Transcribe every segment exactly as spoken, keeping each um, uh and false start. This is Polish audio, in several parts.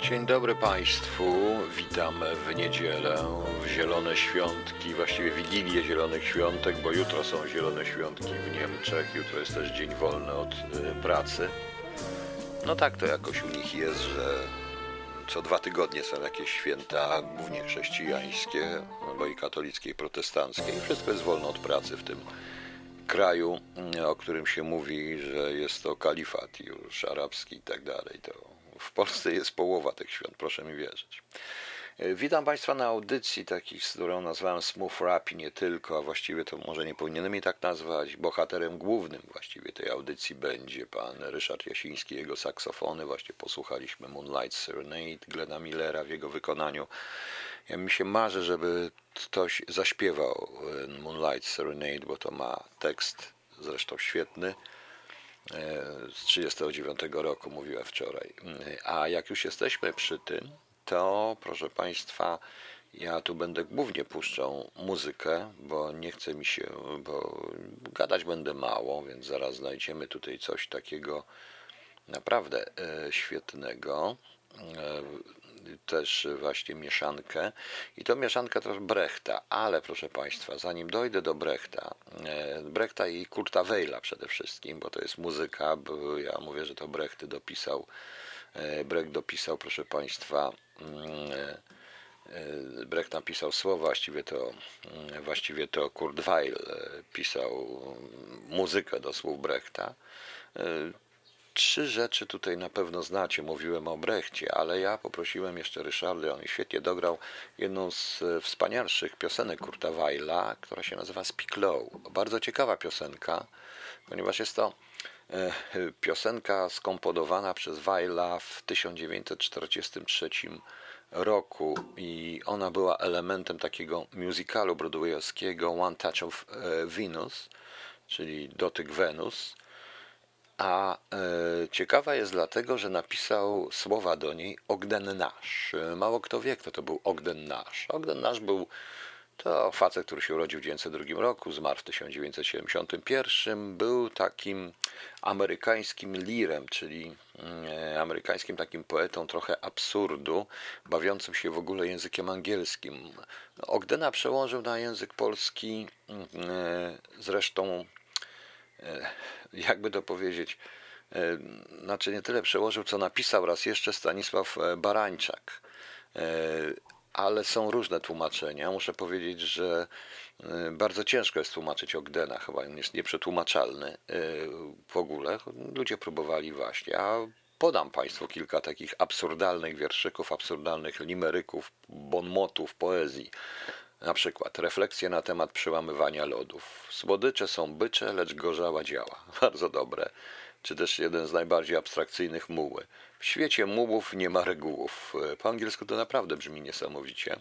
Dzień dobry Państwu, witam w niedzielę, w zielone świątki, właściwie Wigilię Zielonych Świątek, bo jutro są zielone świątki w Niemczech, jutro jest też dzień wolny od y, pracy. No tak to jakoś u nich jest, że co dwa tygodnie są jakieś święta, głównie chrześcijańskie, albo i katolickie i protestanckie i wszystko jest wolne od pracy w tym kraju, o którym się mówi, że jest to kalifat już arabski i tak dalej. To w Polsce jest połowa tych świąt, proszę mi wierzyć. Witam Państwa na audycji takiej, z którą nazwałem Smooth Rap i nie tylko, a właściwie to może nie powinienem jej tak nazwać. Bohaterem głównym właściwie tej audycji będzie pan Ryszard Jasiński, jego saksofony. Właśnie posłuchaliśmy Moonlight Serenade Glena Millera w jego wykonaniu. Ja mi się marzy, żeby ktoś zaśpiewał Moonlight Serenade, bo to ma tekst zresztą świetny. Z trzydziestego dziewiątego roku mówiłem wczoraj. A jak już jesteśmy przy tym, to proszę Państwa, ja tu będę głównie puszczał muzykę, bo nie chce mi się, bo gadać będę mało, więc zaraz znajdziemy tutaj coś takiego naprawdę świetnego. Też właśnie mieszankę i to mieszanka też Brechta, ale proszę Państwa, zanim dojdę do Brechta, Brechta i Kurta Weila przede wszystkim, bo to jest muzyka, bo ja mówię, że to Brecht dopisał, Brecht dopisał, proszę Państwa, Brecht napisał słowa, właściwie to, właściwie to Kurt Weill pisał muzykę do słów Brechta. Trzy rzeczy tutaj na pewno znacie, mówiłem o Brechcie, ale ja poprosiłem jeszcze Ryszarda, on świetnie dograł jedną z wspanialszych piosenek Kurta Weila, która się nazywa Speak Low. Bardzo ciekawa piosenka, ponieważ jest to piosenka skomponowana przez Weila w tysiąc dziewięćset czterdziestym trzecim roku i ona była elementem takiego musicalu broadwayowskiego One Touch of Venus, czyli Dotyk Wenus. A e, ciekawa jest dlatego, że napisał słowa do niej Ogden Nash. Mało kto wie, kto to był Ogden Nash. Ogden Nash był to facet, który się urodził w tysiąc dziewięćset drugim roku, zmarł w tysiąc dziewięćset siedemdziesiątym pierwszym. Był takim amerykańskim lirem, czyli e, amerykańskim takim poetą trochę absurdu, bawiącym się w ogóle językiem angielskim. Ogdena przełożył na język polski e, zresztą jakby to powiedzieć, znaczy nie tyle przełożył, co napisał raz jeszcze Stanisław Barańczak, ale są różne tłumaczenia. Muszę powiedzieć, że bardzo ciężko jest tłumaczyć Ogdena, chyba on jest nieprzetłumaczalny w ogóle. Ludzie próbowali właśnie, a podam Państwu kilka takich absurdalnych wierszyków, absurdalnych limeryków, bonmotów, poezji. Na przykład refleksje na temat przełamywania lodów. Słodycze są bycze, lecz gorzała działa. Bardzo dobre. Czy też jeden z najbardziej abstrakcyjnych muły. W świecie mułów nie ma regułów. Po angielsku to naprawdę brzmi niesamowicie.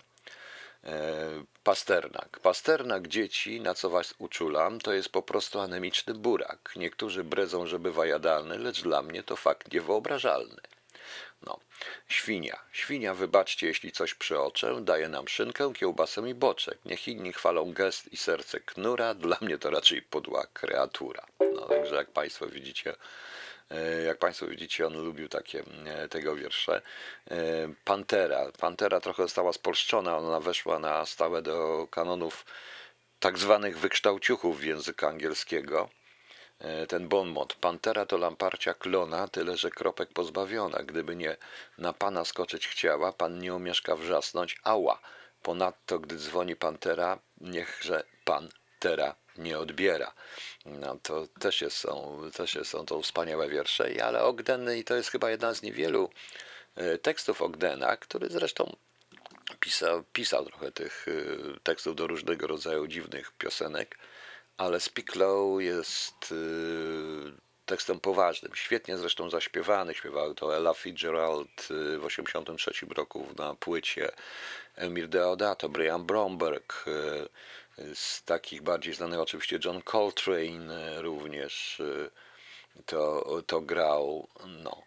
Pasternak. Pasternak dzieci, na co was uczulam, to jest po prostu anemiczny burak. Niektórzy bredzą, że bywa jadalny, lecz dla mnie to fakt niewyobrażalny. No, świnia. Świnia, wybaczcie, jeśli coś przeoczę, daje nam szynkę, kiełbasę i boczek. Niech inni chwalą gest i serce knura, dla mnie to raczej podła kreatura. No, także jak Państwo widzicie, jak Państwo widzicie, on lubił takie tego wiersze. Pantera. Pantera trochę została spolszczona, ona weszła na stałe do kanonów tak zwanych wykształciuchów języka angielskiego. Ten bonmot. Pantera to lamparcia klona, tyle że kropek pozbawiona. Gdyby nie na pana skoczyć chciała, pan nie omieszka wrzasnąć ała. Ponadto, gdy dzwoni pantera, niechże pan tera nie odbiera. No to też jest, są, też jest, są to wspaniałe wiersze, ale Ogden, i to jest chyba jedna z niewielu tekstów Ogdena, który zresztą pisał, pisał trochę tych tekstów do różnego rodzaju dziwnych piosenek, ale Speak Low jest y, tekstem poważnym, świetnie zresztą zaśpiewany, śpiewał to Ella Fitzgerald w tysiąc dziewięćset osiemdziesiątym trzecim roku na płycie, Emil Deodato, Brian Bromberg, y, z takich bardziej znanych oczywiście John Coltrane również y, to, to grał, no.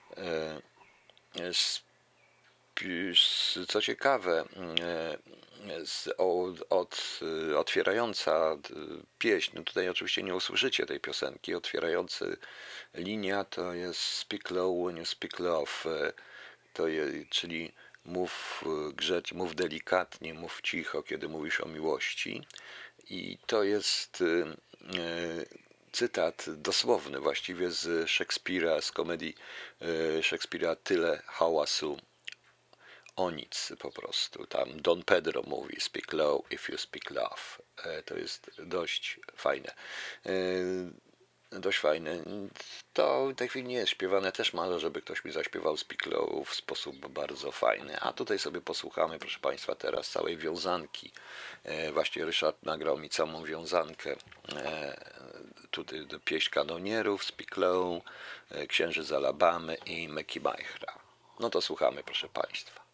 Y, Co ciekawe, od, od, otwierająca pieśń, no tutaj oczywiście nie usłyszycie tej piosenki, otwierający linia to jest Speak Low when you speak love. to je, czyli mów grzecz, mów delikatnie, mów cicho, kiedy mówisz o miłości. I to jest y, y, cytat dosłowny właściwie z Szekspira, z komedii y, Szekspira Tyle hałasu o nic po prostu. Tam Don Pedro mówi speak low if you speak love. E, To jest dość fajne. E, Dość fajne. To w tej chwili nie jest śpiewane. Też marzę, żeby ktoś mi zaśpiewał Speak Low w sposób bardzo fajny. A tutaj sobie posłuchamy, proszę Państwa, teraz całej wiązanki. E, Właśnie Ryszard nagrał mi całą wiązankę. E, Tutaj do pieśń kanonierów, Speak Low, e, Księży z Alabamy i Meki Majchra. No to słuchamy, proszę Państwa.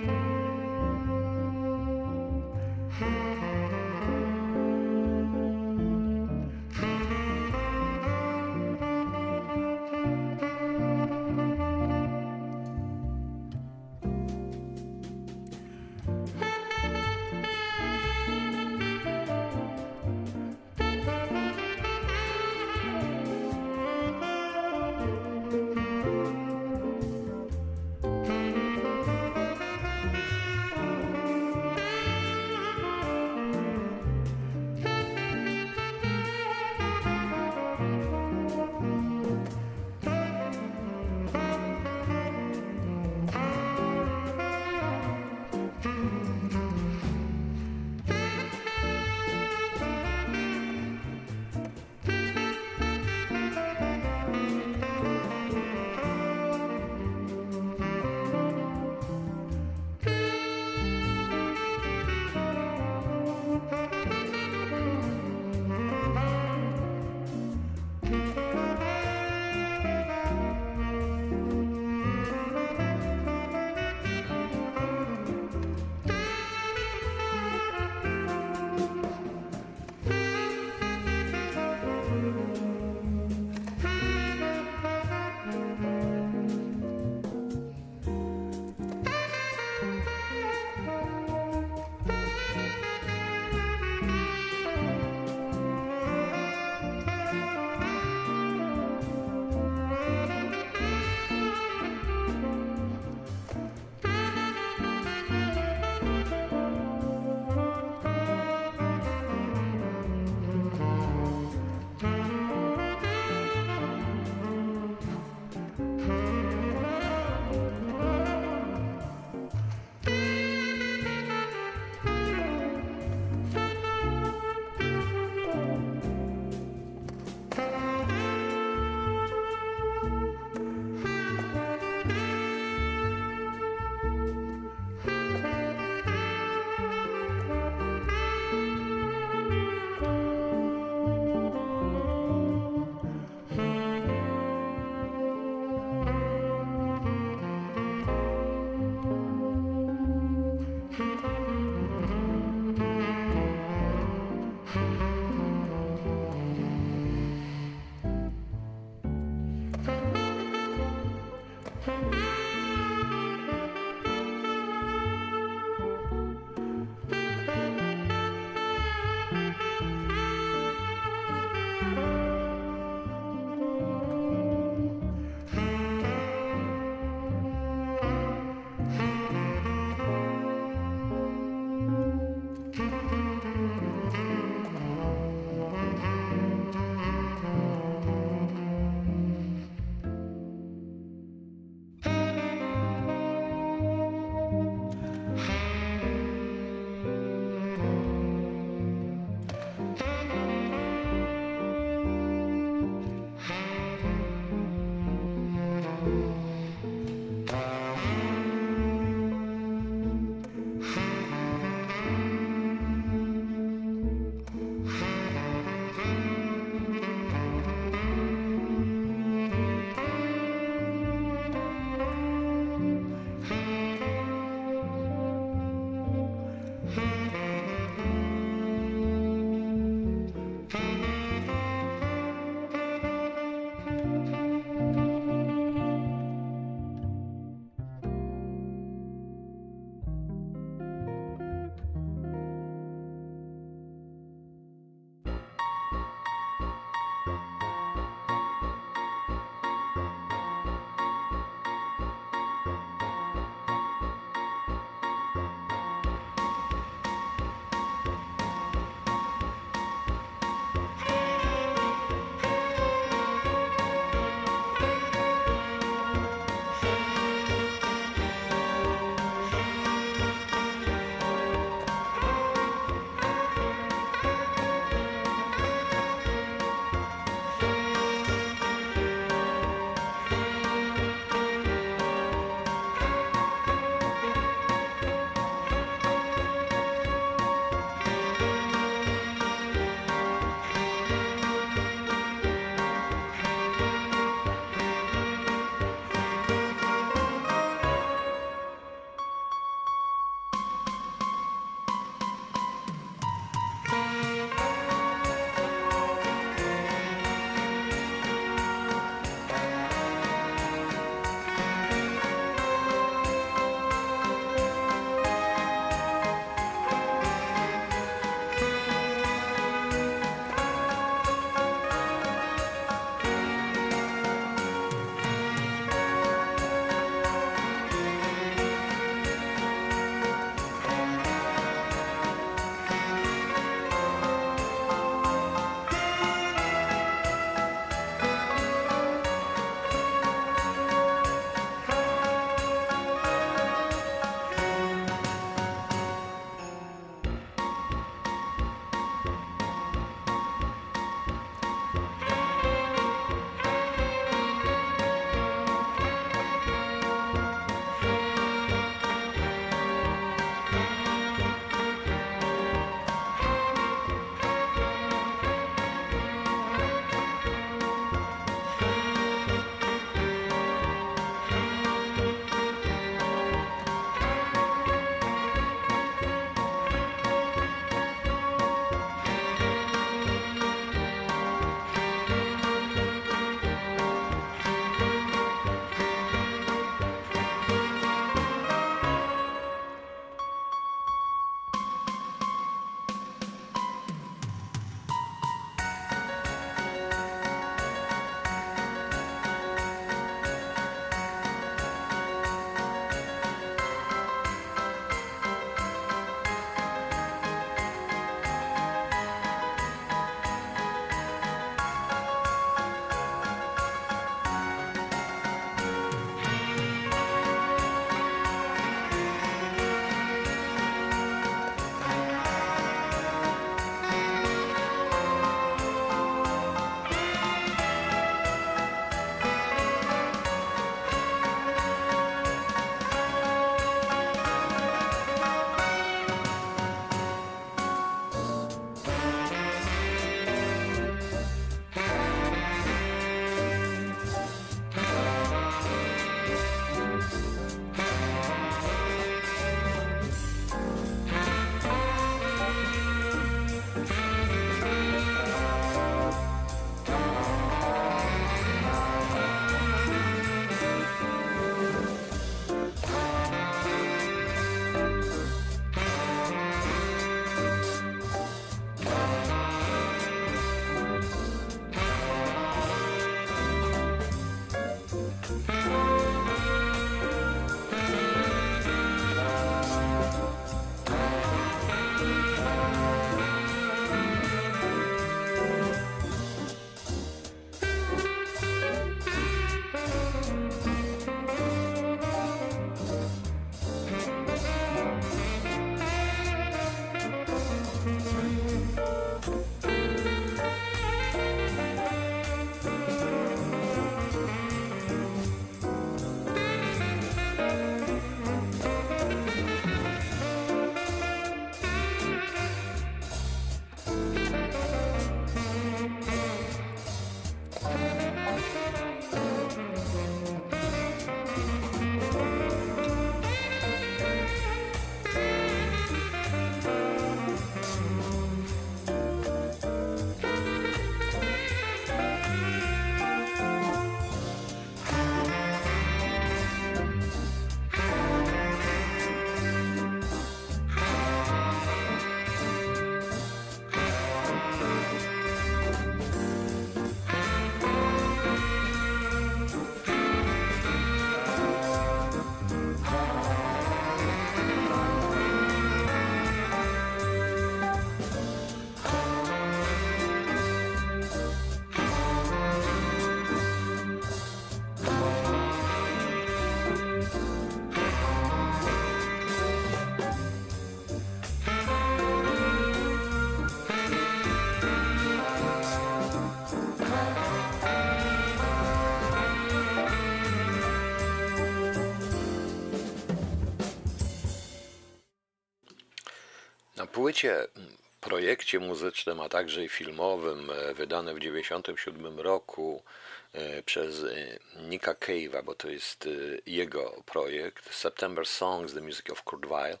Na płycie, projekcie muzycznym, a także i filmowym, wydane w dziewięćdziesiątym siódmym roku przez Nicka Cave'a, bo to jest jego projekt, September Songs, The Music of Kurt Weill,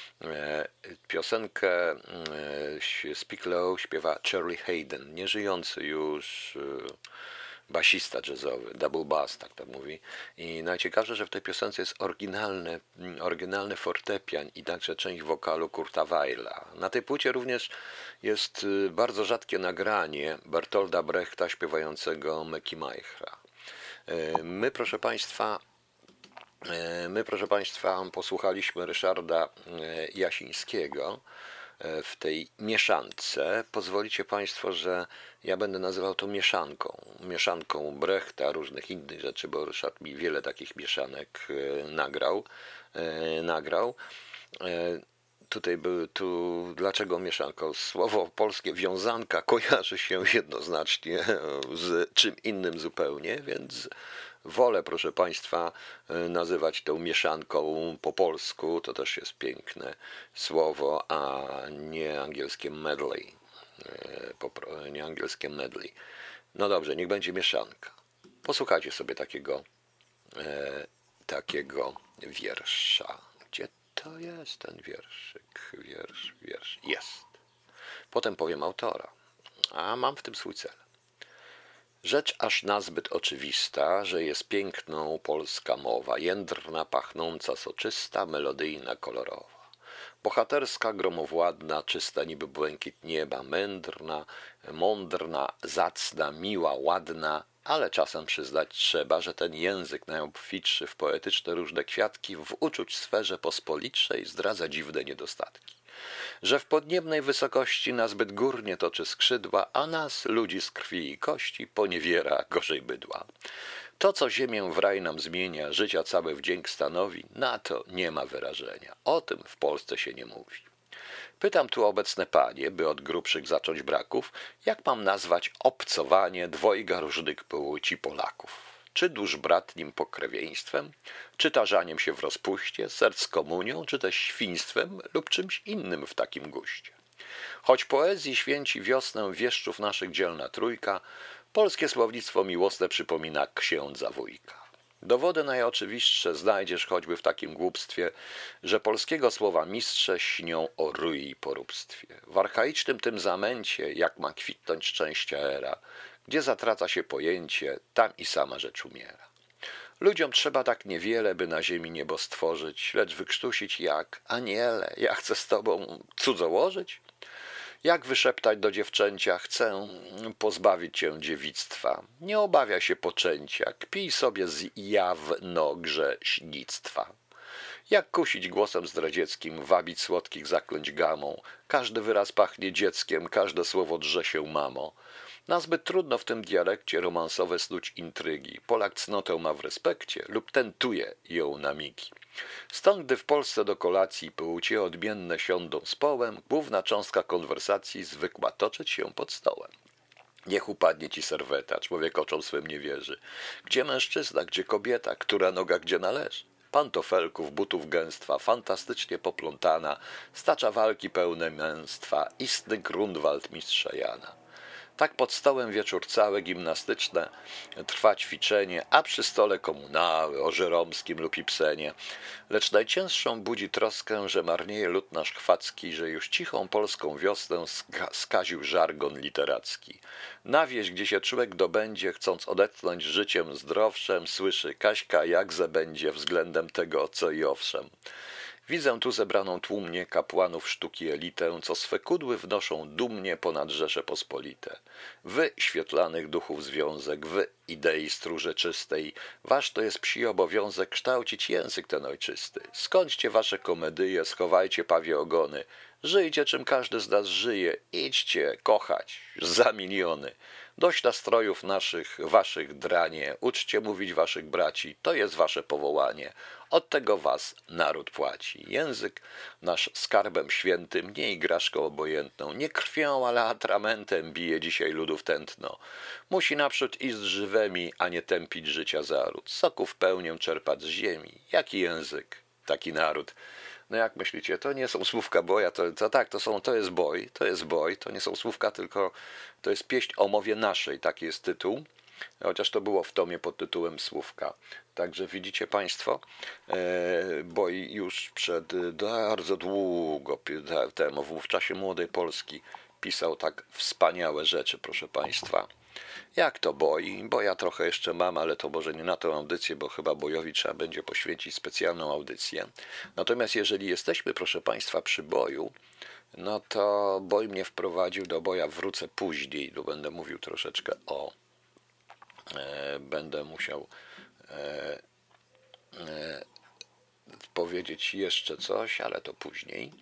piosenkę Speak Low śpiewa Charlie Hayden, nieżyjący już basista jazzowy, double bass, tak to mówi. I najciekawsze, że w tej piosence jest oryginalny, oryginalny fortepian i także część wokalu Kurta Weilla. Na tej płycie również jest bardzo rzadkie nagranie Bertolda Brechta śpiewającego Meki Majchra. My, proszę Państwa, my, proszę Państwa, posłuchaliśmy Ryszarda Jasińskiego w tej mieszance. Pozwolicie Państwo, że ja będę nazywał to mieszanką. Mieszanką Brechta, różnych innych rzeczy, bo Ryszard mi wiele takich mieszanek nagrał. nagrał. Tutaj były tu, dlaczego mieszanką? Słowo polskie wiązanka kojarzy się jednoznacznie z czym innym zupełnie, więc wolę, proszę Państwa, nazywać tą mieszanką po polsku, to też jest piękne słowo, a nie angielskie medley. Nie angielskie medley. No dobrze, niech będzie mieszanka. Posłuchajcie sobie takiego, e, takiego wiersza. Gdzie to jest ten wierszyk? Wiersz, wiersz. Jest. Potem powiem autora, a mam w tym swój cel. Rzecz aż nazbyt oczywista, że jest piękną polska mowa, jędrna, pachnąca, soczysta, melodyjna, kolorowa. Bohaterska, gromowładna, czysta niby błękit nieba, mędrna, mądrna, zacna, miła, ładna, ale czasem przyznać trzeba, że ten język najobfitszy w poetyczne różne kwiatki w uczuć sferze pospolitszej zdradza dziwne niedostatki. Że w podniebnej wysokości na zbyt górnie toczy skrzydła, a nas, ludzi z krwi i kości, poniewiera gorzej bydła. To, co ziemię w raj nam zmienia, życia całe wdzięk stanowi, na to nie ma wyrażenia. O tym w Polsce się nie mówi. Pytam tu obecne panie, by od grubszych zacząć braków, jak mam nazwać obcowanie dwojga różnych płci Polaków? Czy dusz bratnim pokrewieństwem, czy tarzaniem się w rozpuście, serc komunią, czy też świństwem lub czymś innym w takim guście? Choć poezji święci wiosnę wieszczów naszych dzielna trójka, polskie słownictwo miłosne przypomina księdza wujka. Dowody najoczywistsze znajdziesz choćby w takim głupstwie, że polskiego słowa mistrze śnią o rui i poróbstwie. W archaicznym tym zamęcie, jak ma kwitnąć szczęścia era, gdzie zatraca się pojęcie, tam i sama rzecz umiera. Ludziom trzeba tak niewiele, by na ziemi niebo stworzyć, lecz wykrztusić jak, aniele, ja chcę z tobą cudzołożyć? Jak wyszeptać do dziewczęcia, chcę pozbawić cię dziewictwa. Nie obawia się poczęcia, kpij sobie z jawnogrzesznictwa. Jak kusić głosem zdradzieckim, wabić słodkich zaklęć gamą. Każdy wyraz pachnie dzieckiem, każde słowo drze się mamo. Nazbyt trudno w tym dialekcie romansowe snuć intrygi. Polak cnotę ma w respekcie lub tentuje ją na migi. Stąd, gdy w Polsce do kolacji płcie odmienne siądą z połem, główna cząstka konwersacji zwykła toczyć się pod stołem. Niech upadnie ci serweta, człowiek oczom swym nie wierzy. Gdzie mężczyzna, gdzie kobieta, która noga gdzie należy? Pantofelków, butów gęstwa, fantastycznie poplątana, stacza walki pełne męstwa, istny Grunwald mistrza Jana. Tak pod stołem wieczór cały gimnastyczne trwa ćwiczenie, a przy stole komunały o żeromskim lub Ibsenie. Lecz najcięższą budzi troskę, że marnieje lud nasz chwacki, że już cichą polską wiosnę ska- skaził żargon literacki. Na wieś, gdzie się człowiek dobędzie, chcąc odetchnąć życiem zdrowszem, słyszy Kaśka jak zebędzie względem tego, co i owszem. Widzę tu zebraną tłumnie kapłanów sztuki elitę, co swe kudły wnoszą dumnie ponad Rzesze Pospolite. Wy, świetlanych duchów związek, wy, idei stróże czystej, wasz to jest psi obowiązek kształcić język ten ojczysty. Skończcie wasze komedyje, schowajcie pawie ogony, żyjcie czym każdy z nas żyje, idźcie kochać za miliony. Dość nastrojów naszych, waszych dranie, uczcie mówić waszych braci, to jest wasze powołanie. Od tego was naród płaci. Język nasz skarbem świętym, nie igraszką obojętną, nie krwią, ale atramentem bije dzisiaj ludów tętno. Musi naprzód iść z żywymi, a nie tępić życia zaród. Soków pełnię czerpać z ziemi. Jaki język, taki naród. No jak myślicie, to nie są słówka boja, to, to tak, to są, to jest boj, to jest boj, to nie są słówka, tylko to jest pieśń o mowie naszej, taki jest tytuł, chociaż to było w tomie pod tytułem Słówka. Także widzicie Państwo, e, boj już przed bardzo długo temu, w czasie Młodej Polski pisał tak wspaniałe rzeczy, proszę Państwa. Jak to boi? Boja trochę jeszcze mam, ale to może nie na tę audycję, bo chyba bojowi trzeba będzie poświęcić specjalną audycję. Natomiast jeżeli jesteśmy, proszę Państwa, przy boju, no to boj mnie wprowadził do boja, wrócę później, tu będę mówił troszeczkę o... E, będę musiał e, e, powiedzieć jeszcze coś, ale to później.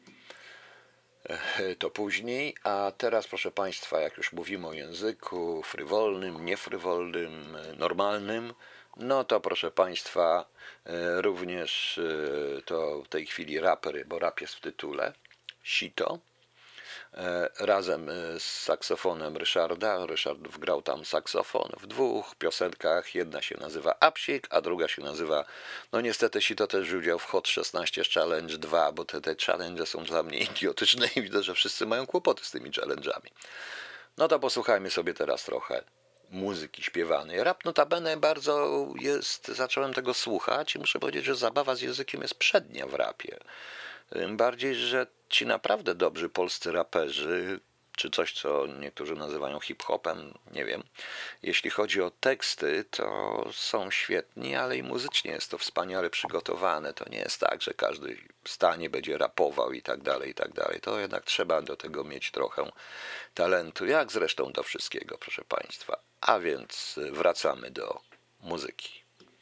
To później, a teraz proszę Państwa, jak już mówimy o języku frywolnym, niefrywolnym, normalnym, no to proszę Państwa, również to w tej chwili rapery, bo rap jest w tytule, Sito, razem z saksofonem Ryszarda. Ryszard wgrał tam saksofon w dwóch piosenkach. Jedna się nazywa Apsik, a druga się nazywa, no niestety Sito też wziął udział w Hot szesnaście Challenge dwa, bo te, te challenge są dla mnie idiotyczne i widzę, że wszyscy mają kłopoty z tymi challenge'ami. No to posłuchajmy sobie teraz trochę muzyki śpiewanej. Rap notabene bardzo jest, zacząłem tego słuchać i muszę powiedzieć, że zabawa z językiem jest przednia w rapie. Tym bardziej, że ci naprawdę dobrzy polscy raperzy, czy coś, co niektórzy nazywają hip-hopem, nie wiem. Jeśli chodzi o teksty, to są świetni, ale i muzycznie jest to wspaniale przygotowane. To nie jest tak, że każdy stanie, będzie rapował i tak dalej, i tak dalej. To jednak trzeba do tego mieć trochę talentu, jak zresztą do wszystkiego, proszę Państwa. A więc wracamy do muzyki.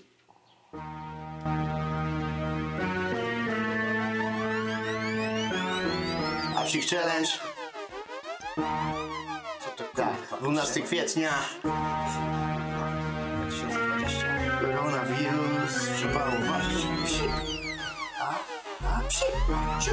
Apsik Challenge. Tak, dwunastego kwietnia. Koronawirus. Trzeba uważać. Psik. A? A? Psik. Psik.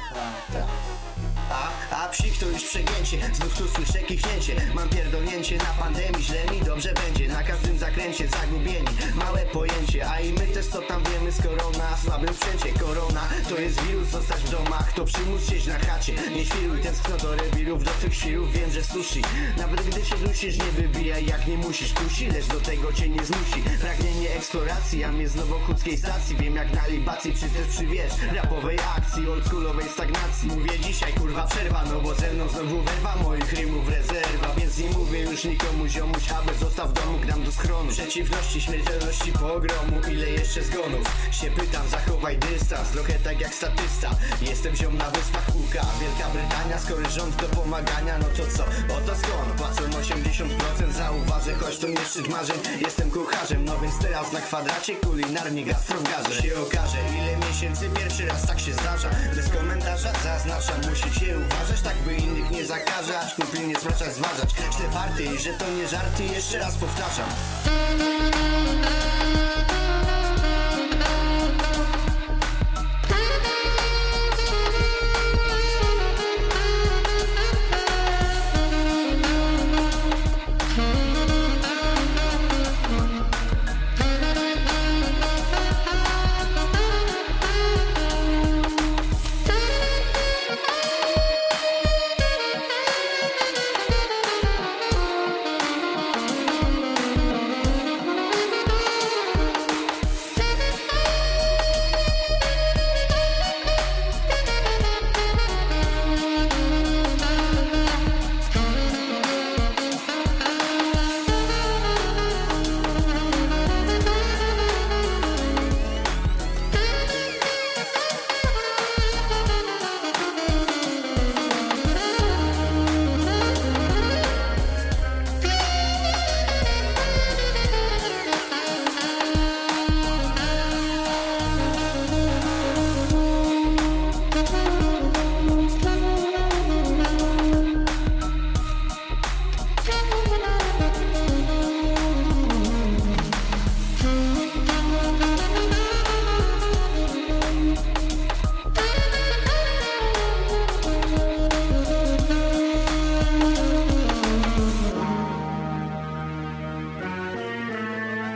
A, a psik to już przegięcie, znów tu słyszę kichnięcie. Mam pierdolnięcie na pandemii, źle mi dobrze będzie. Na każdym zakręcie zagubieni, małe pojęcie. A i my też co tam wiemy z korona, słabym sprzęcie. Korona to jest wirus, zostać w domach, to przymus siedź na chacie. Nie świruj, tęskno do rewirów, do tych świrów wiem, że sushi. Nawet gdy się dusisz, nie wybijaj jak nie musisz. Kusi, lecz do tego cię nie zmusi. Pragnienie eksploracji, a mnie z nowochódzkiej stacji. Wiem jak na libacji, czy też przy wiesz rapowej akcji, oldschoolowej stagnacji. Mówię dzisiaj kurwa przerwa, no bo ze mną znowu werwa moich rymów rezerwa. Więc nie mówię już nikomu ziomuś, aby został w domu, gram do schronu. Przeciwności, śmiertelności, pogromu, ile jeszcze zgonów? Się pytam, zachowaj dystans, trochę tak jak statysta. Jestem ziom na wyspach U K, Wielka Brytania, skoro rząd do pomagania, no to co? Oto skąd? Płacą osiemdziesiąt procent, zauważę, choć to nie szczyt marzeń. Jestem kucharzem, no więc teraz na kwadracie kulinarnie gastro w garze. Się okaże, ile miesięcy pierwszy raz tak się zdarza. Bez komentarza zaznaczam, musicie uważać, tak by innych nie zakażać, pilnie zwracać, zważać. Źle party i że to nie żarty, jeszcze raz powtarzam.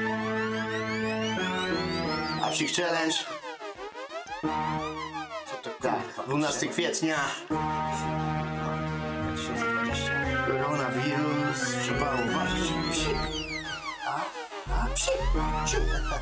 Apsik Challenge. Co to dwunastego kwietnia koronawirus, trzeba uważać. Psi. A, a, psi, psi.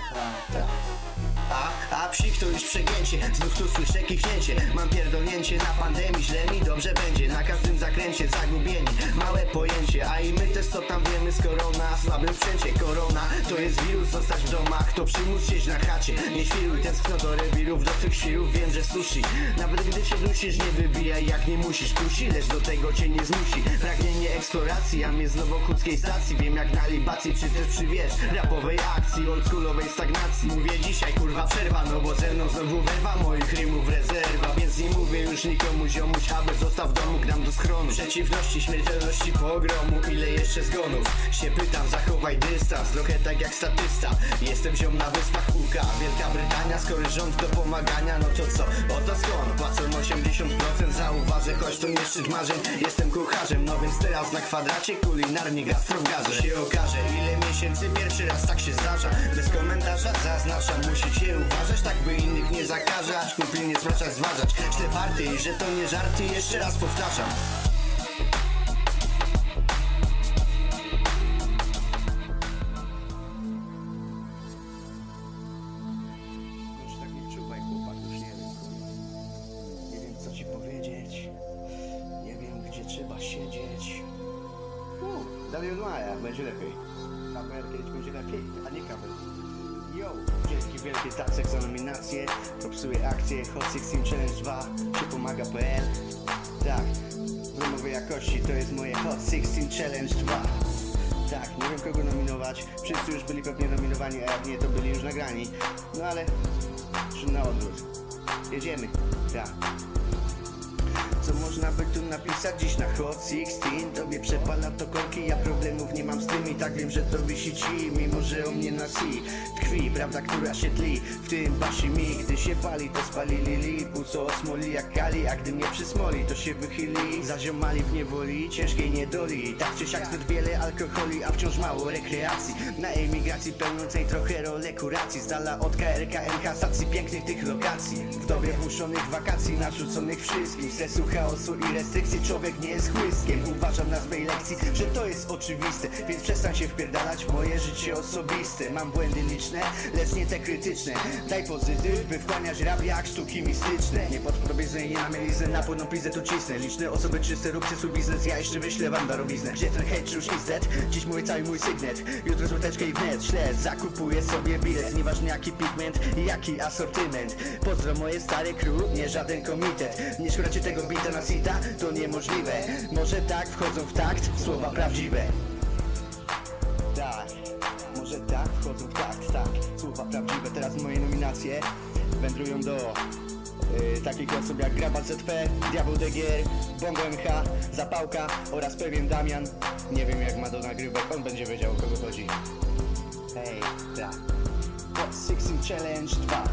A, a psik to już przegięcie, znów tu słyszę kichnięcie. Mam pierdolnięcie na pandemii, źle mi dobrze będzie. Na każdym zakręcie zagubieni, małe pojęcie. A i my też co tam wiemy z korona, słabym sprzęcie. Korona to jest wirus, zostać w domach, to przymus siedzieć na chacie. Nie świruj, tęskno do rewirów, do tych świrów wiem, że sushi. Nawet gdy się dusisz, nie wybijaj jak nie musisz. Kusi, lecz do tego cię nie zmusi. Pragnienie eksploracji, a mnie z nowochódzkiej stacji. Wiem jak na libacji, czy też przy wiesz rapowej akcji, oldschoolowej stagnacji. Mówię dzisiaj kurwa przerwa, no bo ze mną znowu werwa moich rymów rezerwa. Więc nie mówię już nikomu ziomuś, aby został w domu, gram do schronu. Przeciwności, śmiertelności, pogromu, ile jeszcze zgonów? Się pytam, zachowaj dystans, trochę tak jak statysta. Jestem ziom na wyspach U K, Wielka Brytania. Skoro rząd do pomagania, no to co? Oto skąd? Płacą osiemdziesiąt procent, zauważę, choć to nie szczyt marzeń. Jestem kucharzem, no więc teraz na kwadracie kulinarnie gastro w garze. Się okaże, ile miesięcy pierwszy raz tak się zdarza. Bez komentarza zaznaczam, musicie uważać, tak by innych nie zakaże, aż pilnie zwracać, zważać. Śle party i że to nie żarty, jeszcze raz powtarzam. Już tak nie czuwaj, chłopak, już nie wiem. Nie wiem co ci powiedzieć. Nie wiem gdzie trzeba siedzieć. No, dalej od maja, będzie lepiej. Kamer kiedyś będzie lepiej, a nie kamer. Yo, dzięki wielkie Tacek za nominację. To psuje akcję, Hot szesnaście Challenge dwa, czy pomaga kropka pe el. Tak, w rumowej jakości to jest moje Hot szesnaście Challenge dwa. Tak, nie wiem kogo nominować. Wszyscy już byli pewnie nominowani, a jak nie to byli już nagrani. No ale, czy na odwrót. Jedziemy, tak. Co można by tu napisać dziś na Hot szesnaście? Tobie przepala to korki, ja problemów nie mam z tym. I tak wiem, że to wisi ci, mimo że o mnie na si tkwi prawda, która się tli. W tym pasi mi, gdy się pali, to spalili li. Płuco osmoli jak kali, a gdy mnie przysmoli, to się wychyli. Zaziomali w niewoli, ciężkiej niedoli. Tak czy siak zbyt wiele alkoholi, a wciąż mało rekreacji. Na emigracji pełniącej trochę rolę kuracji. Z dala od K R K M K, stacji pięknych tych lokacji. W dobie włóczonych wakacji, narzuconych wszystkim. Stresu, chaosu i restrykcji, człowiek nie jest chłyskiem. Uważam na swej lekcji, że to jest oczywiste. Więc przestań się wpierdalać w moje życie osobiste. Mam błędy liczne, lecz nie te krytyczne. Daj pozytyw, by wchłaniać rap jak sztuki mistyczne. Nie pod probizny, nie na mieliznę, na płynną pizdę tu cisnę. Liczne osoby czyste, róbcie swój biznes, ja jeszcze wyślę wam darowiznę. Gdzie ten hejt, już is dead? Dziś mówię cały mój sygnet. Jutro złoteczkę i wnet, śled, zakupuję sobie bilet. Nieważne jaki pigment i jaki asortyment. Pozdro moje stare crew, nie żaden komitet. Nie szkoda ci tego bita na sita, to niemożliwe. Może tak wchodzą w takt słowa prawdziwe. Tak, może tak wchodzą w takt, tak, słowa prawdziwe. Teraz moje nominacje wędrują do yy, takich osób jak Graba Z P, Diabeł D G R, Bongo M H, Zapałka oraz pewien Damian. Nie wiem jak ma do nagrywek, on będzie wiedział o kogo chodzi. Hej, tak, Hot szesnaście Challenge dwa.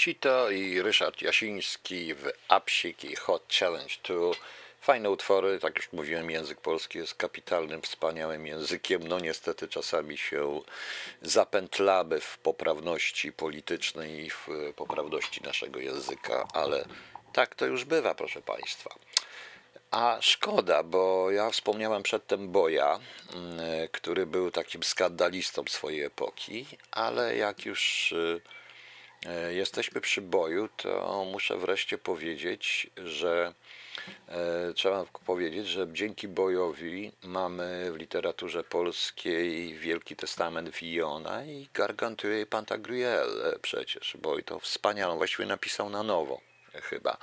Sito i Ryszard Jasiński w Apsik i Hot Challenge dwa. Fajne utwory, tak już mówiłem, język polski jest kapitalnym, wspaniałym językiem. No niestety czasami się zapętlamy w poprawności politycznej i w poprawności naszego języka, ale tak to już bywa, proszę Państwa. A szkoda, bo ja wspomniałem przedtem Boja, który był takim skandalistą swojej epoki, ale jak już jesteśmy przy Boju, to muszę wreszcie powiedzieć, że trzeba powiedzieć, że dzięki Bojowi mamy w literaturze polskiej Wielki Testament Villona i Gargantua i Pantagruel przecież. Boj to wspaniałą, właściwie napisał na nowo chyba.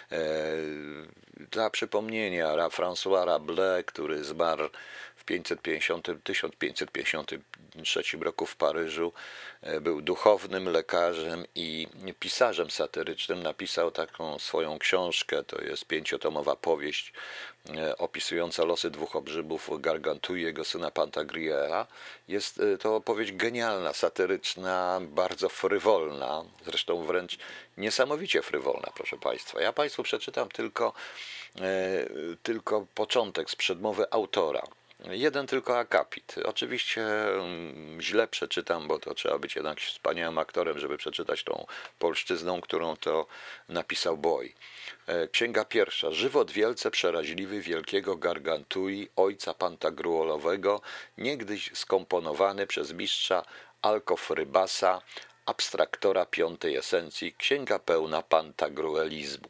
Dla przypomnienia, François Rabelais, który zmarł w tysiąc pięćset pięćdziesiątym trzecim roku w Paryżu, był duchownym, lekarzem i pisarzem satyrycznym. Napisał taką swoją książkę, to jest pięciotomowa powieść opisująca losy dwóch obrzybów, Gargantui i jego syna Pantagruela. Jest to opowieść genialna, satyryczna, bardzo frywolna, zresztą wręcz niesamowicie frywolna, proszę Państwa. Ja Państwu przeczytam tylko, tylko początek z przedmowy autora. Jeden tylko akapit. Oczywiście źle przeczytam, bo to trzeba być jednak wspaniałym aktorem, żeby przeczytać tą polszczyzną, którą to napisał Boj. Księga pierwsza. Żywot wielce przeraźliwy wielkiego Gargantui, ojca Pantagruelowego, niegdyś skomponowany przez mistrza Alcofrybasa, abstraktora piątej esencji, księga pełna pantagruelizmu.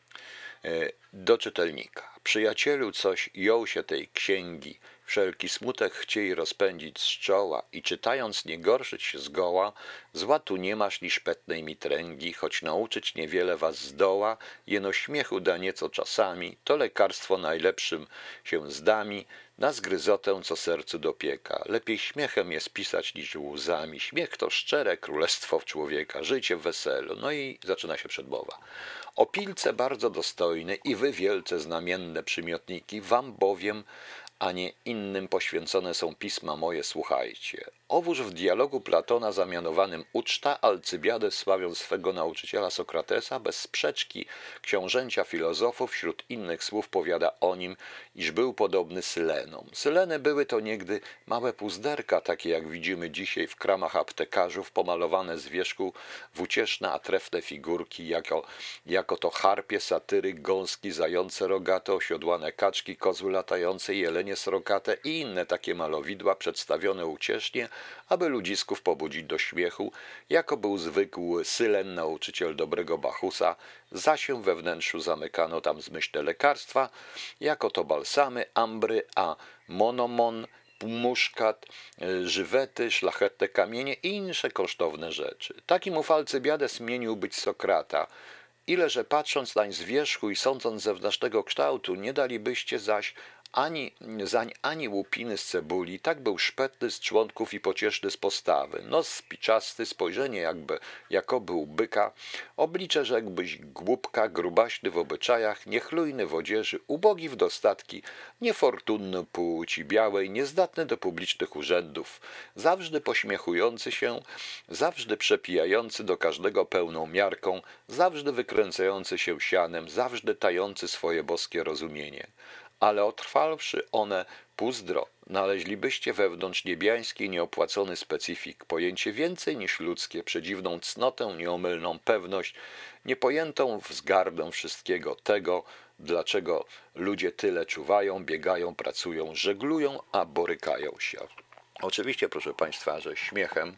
Do czytelnika. Przyjacielu, coś jął się tej księgi, wszelki smutek chcieli rozpędzić z czoła i czytając nie gorszyć się zgoła, zła tu nie masz ni szpetnej mitręgi, choć nauczyć niewiele was zdoła, jeno śmiechu da nieco czasami, to lekarstwo najlepszym się zdami, na zgryzotę, co sercu dopieka. Lepiej śmiechem jest pisać niż łzami. Śmiech to szczere królestwo w człowieka, życie w weselu. No i zaczyna się przedmowa. O pilce bardzo dostojny i wy wielce znamienne przymiotniki, wam bowiem, a nie innym poświęcone są pisma moje, słuchajcie. Owóż w dialogu Platona zamianowanym uczta, Alcybiades sławiąc swego nauczyciela Sokratesa, bez sprzeczki książęcia filozofów wśród innych słów powiada o nim, iż był podobny Sylenom. Syleny były to niegdy małe puzderka, takie jak widzimy dzisiaj w kramach aptekarzów, pomalowane z wierzchu w ucieszne, a trefne figurki, jako, jako to harpie, satyry, gąski, zające rogate, osiodłane kaczki, kozły latające, jelenie srokate i inne takie malowidła przedstawione uciesznie, aby ludzisków pobudzić do śmiechu, jako był zwykły Sylen, nauczyciel dobrego Bachusa, zasię we wnętrzu zamykano tam zmyślne lekarstwa, jako to balsamy, ambry, a monomon, muszkat, żywety, szlachetne kamienie i inne kosztowne rzeczy. Takim ów Alcybiades mienił być Sokrata, ile że patrząc nań z wierzchu i sądząc ze zewnętrznego kształtu, nie dalibyście zaś ani zań ani łupiny z cebuli, tak był szpetny z członków i pocieszny z postawy, nos spiczasty, spojrzenie jakby jakoby u byka, oblicze rzekłbyś głupka, grubaśny w obyczajach, niechlujny w odzieży, ubogi w dostatki, niefortunny płci białej, niezdatny do publicznych urzędów, zawsze pośmiechujący się, zawsze przepijający do każdego pełną miarką, zawsze wykręcający się sianem, zawsze tający swoje boskie rozumienie. Ale otrwalwszy one pózdro, znaleźlibyście wewnątrz niebiański nieopłacony specyfik, pojęcie więcej niż ludzkie, przedziwną cnotę, nieomylną pewność, niepojętą wzgardę wszystkiego tego, dlaczego ludzie tyle czuwają, biegają, pracują, żeglują, a borykają się. Oczywiście, proszę Państwa, że śmiechem,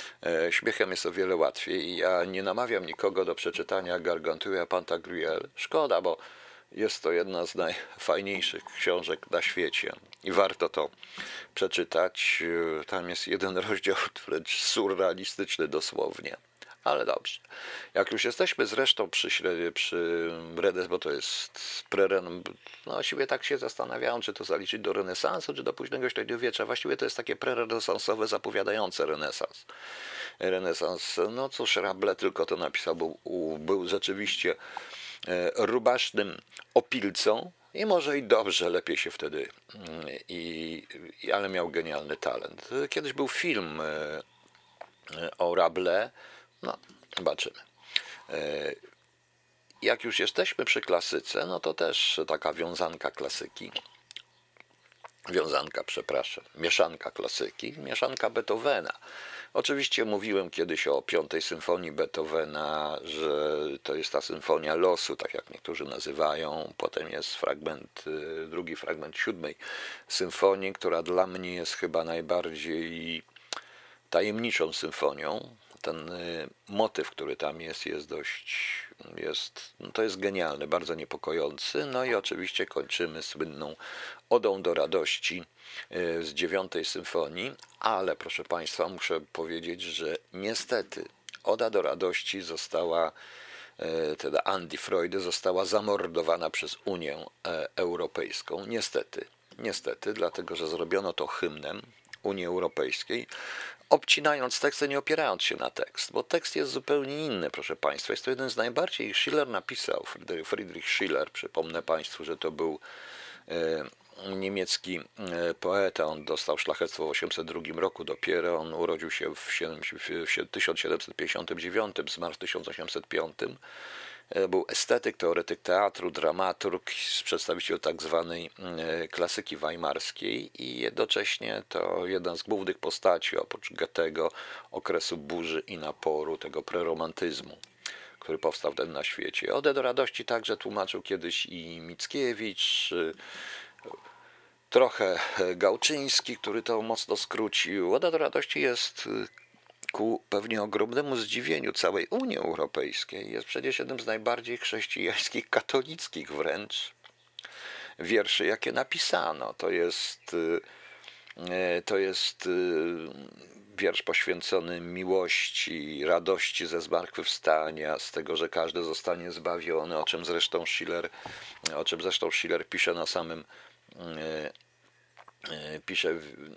e, śmiechem jest o wiele łatwiej i ja nie namawiam nikogo do przeczytania Gargantua Pantagruel. Szkoda, bo jest to jedna z najfajniejszych książek na świecie i warto to przeczytać. Tam jest jeden rozdział wręcz surrealistyczny dosłownie. Ale dobrze. Jak już jesteśmy zresztą przy, przy Renes, bo to jest preren, no właściwie tak się zastanawiałem, czy to zaliczyć do renesansu, czy do późnego średniowiecza. Właściwie to jest takie prerenesansowe, zapowiadające renesans. Renesans, no cóż, Rabelais tylko to napisał, był, był rzeczywiście rubasznym opilcą i może i dobrze, lepiej się wtedy, i, i, ale miał genialny talent. Kiedyś był film o Rabelais, no zobaczymy. Jak już jesteśmy przy klasyce, no to też taka wiązanka klasyki, wiązanka, przepraszam, mieszanka klasyki, mieszanka Beethovena. Oczywiście mówiłem kiedyś o piątej symfonii Beethovena, że to jest ta symfonia losu, tak jak niektórzy nazywają. Potem jest fragment, drugi fragment siódmej symfonii, która dla mnie jest chyba najbardziej tajemniczą symfonią. Ten motyw, który tam jest, jest dość, jest, no to jest genialny, bardzo niepokojący. No i oczywiście kończymy słynną Odą do radości z dziewiątej symfonii, ale proszę Państwa, muszę powiedzieć, że niestety Oda do radości została, teda Andy Freude została zamordowana przez Unię Europejską. Niestety, niestety, dlatego że zrobiono to hymnem Unii Europejskiej, obcinając tekst, nie opierając się na tekst, bo tekst jest zupełnie inny, proszę Państwa. Jest to jeden z najbardziej, Schiller napisał, Friedrich Schiller, przypomnę Państwu, że to był niemiecki poeta, on dostał szlachectwo w osiemset drugim roku dopiero, on urodził się w tysiąc siedemset pięćdziesiątym dziewiątym, zmarł w tysiąc osiemset piątym. Był estetyk, teoretyk teatru, dramaturg, przedstawiciel tak zwanej klasyki weimarskiej i jednocześnie to jeden z głównych postaci, oprócz Goethego, okresu burzy i naporu, tego preromantyzmu, który powstał wtedy na świecie. Odę do radości także tłumaczył kiedyś i Mickiewicz, trochę Gałczyński, który to mocno skrócił. Oda do radości jest ku pewnie ogromnemu zdziwieniu całej Unii Europejskiej. Jest przecież jednym z najbardziej chrześcijańskich, katolickich wręcz wierszy, jakie napisano. To jest, to jest wiersz poświęcony miłości, radości ze zmartwychwstania, z tego, że każdy zostanie zbawiony, o czym zresztą Schiller, o czym zresztą Schiller pisze na samym pisze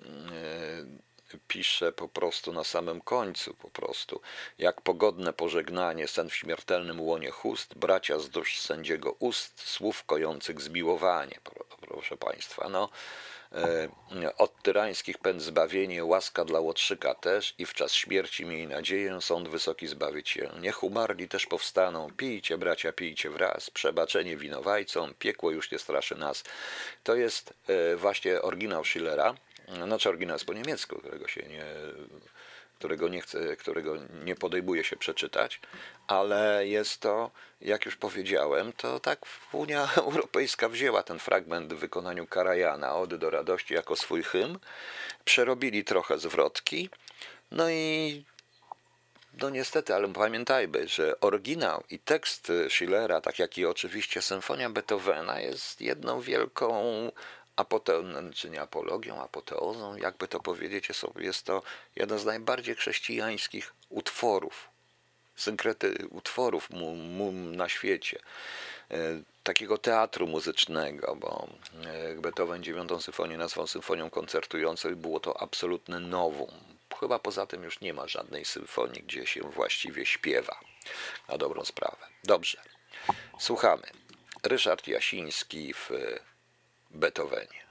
pisze po prostu na samym końcu, po prostu jak pogodne pożegnanie, sen w śmiertelnym łonie chust, bracia z dusz sędziego ust, słów kojących zmiłowanie, proszę Państwa, no, od tyrańskich pęd zbawienie, łaska dla łotrzyka też i w czas śmierci miej nadzieję, sąd wysoki zbawić się. Niech umarli też powstaną, pijcie bracia, pijcie wraz, przebaczenie winowajcom, piekło już nie straszy nas. To jest właśnie oryginał Schillera, znaczy oryginał jest po niemiecku, którego się nie, którego nie chcę, którego nie podejmuję się przeczytać, ale jest to, jak już powiedziałem, to tak Unia Europejska wzięła ten fragment w wykonaniu Karajana, Ody do radości, jako swój hymn, przerobili trochę zwrotki, no i no niestety, ale pamiętajmy, że oryginał i tekst Schillera, tak jak i oczywiście symfonia Beethovena, jest jedną wielką apoteozą, czy nie apologią, apoteozą, jakby to powiedzieć, jest to jeden z najbardziej chrześcijańskich utworów, synkrety utworów mu, mu na świecie, takiego teatru muzycznego, bo Beethoven dziewiątą symfonię nazwał symfonią koncertującą i było to absolutne novum. Chyba poza tym już nie ma żadnej symfonii, gdzie się właściwie śpiewa, na dobrą sprawę. Dobrze, słuchamy. Ryszard Jasiński w Beethovenie.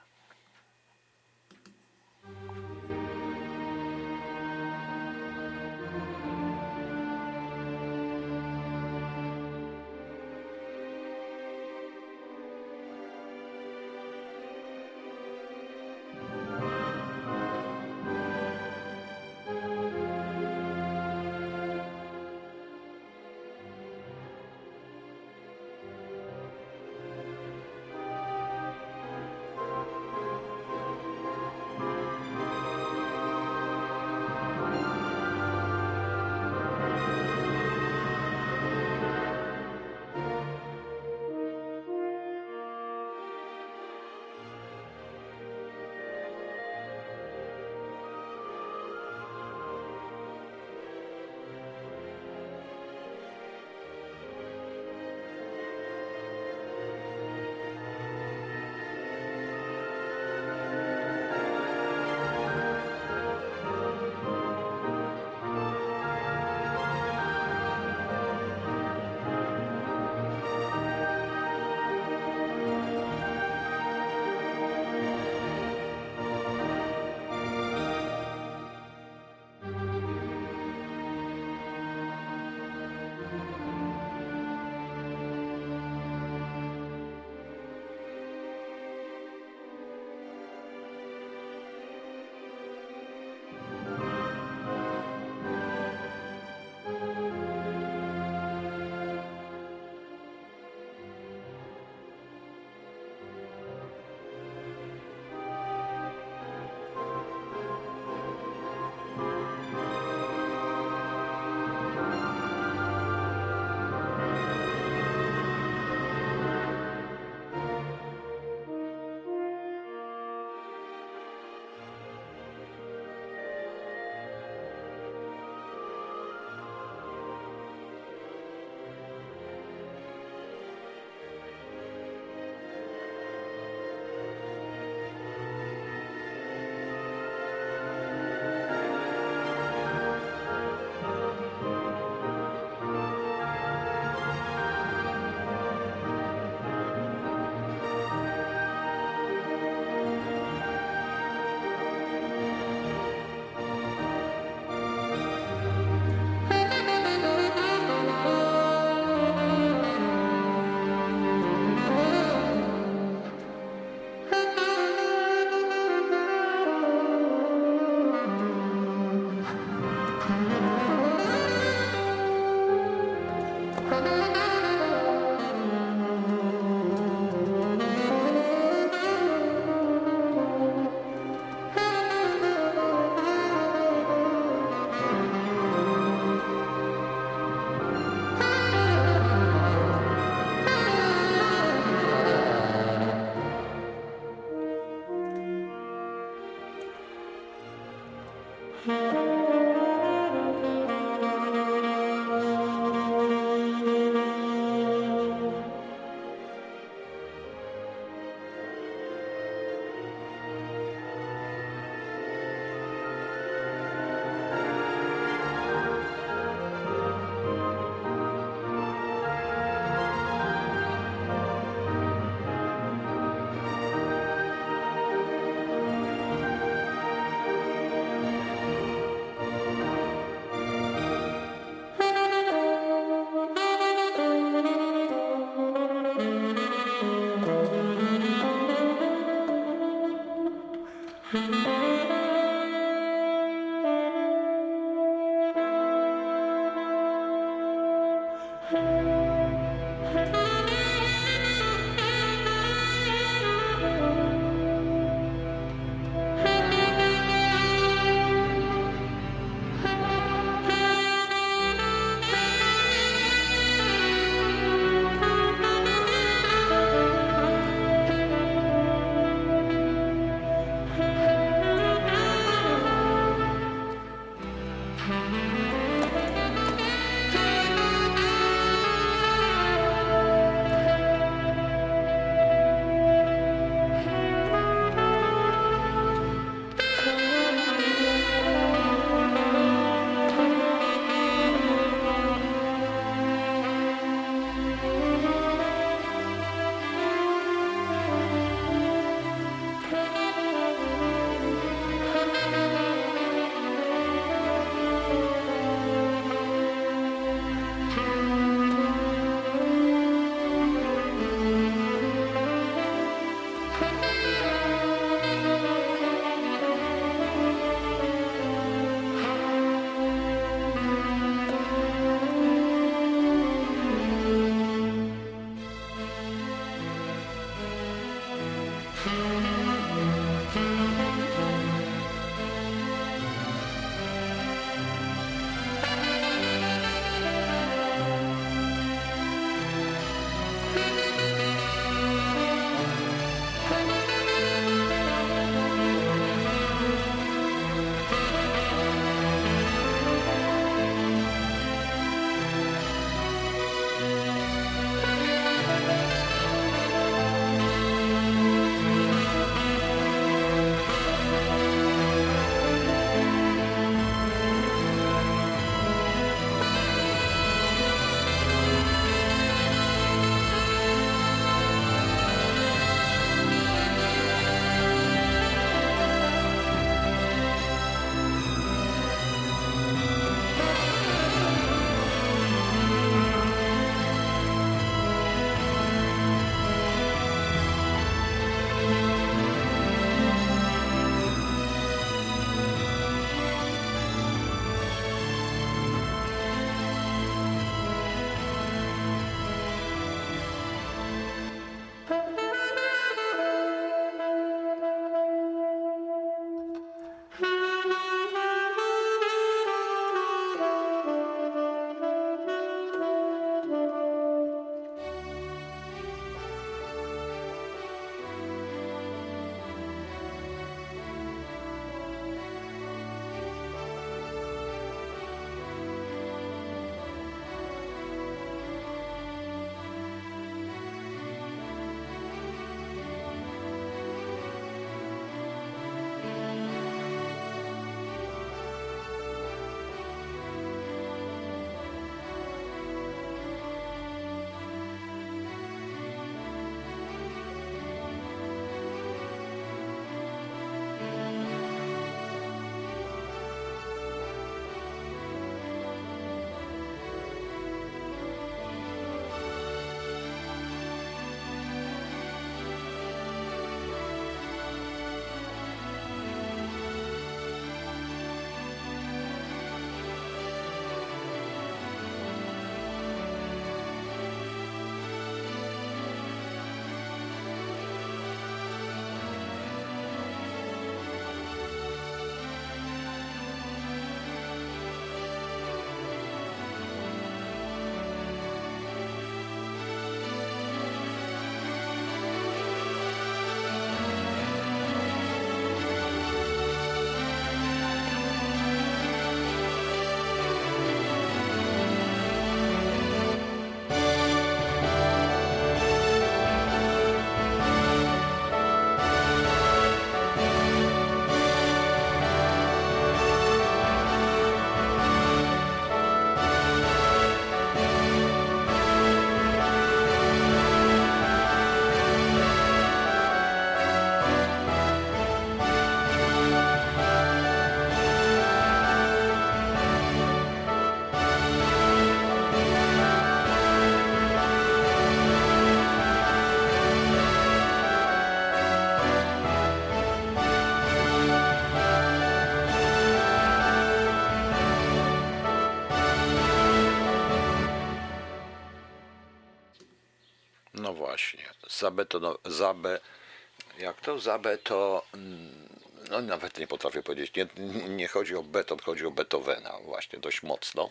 właśnie. Zabetono, zabe, jak to? Zabeto, no nawet nie potrafię powiedzieć. Nie, nie chodzi o beton, chodzi o Beethovena właśnie dość mocno.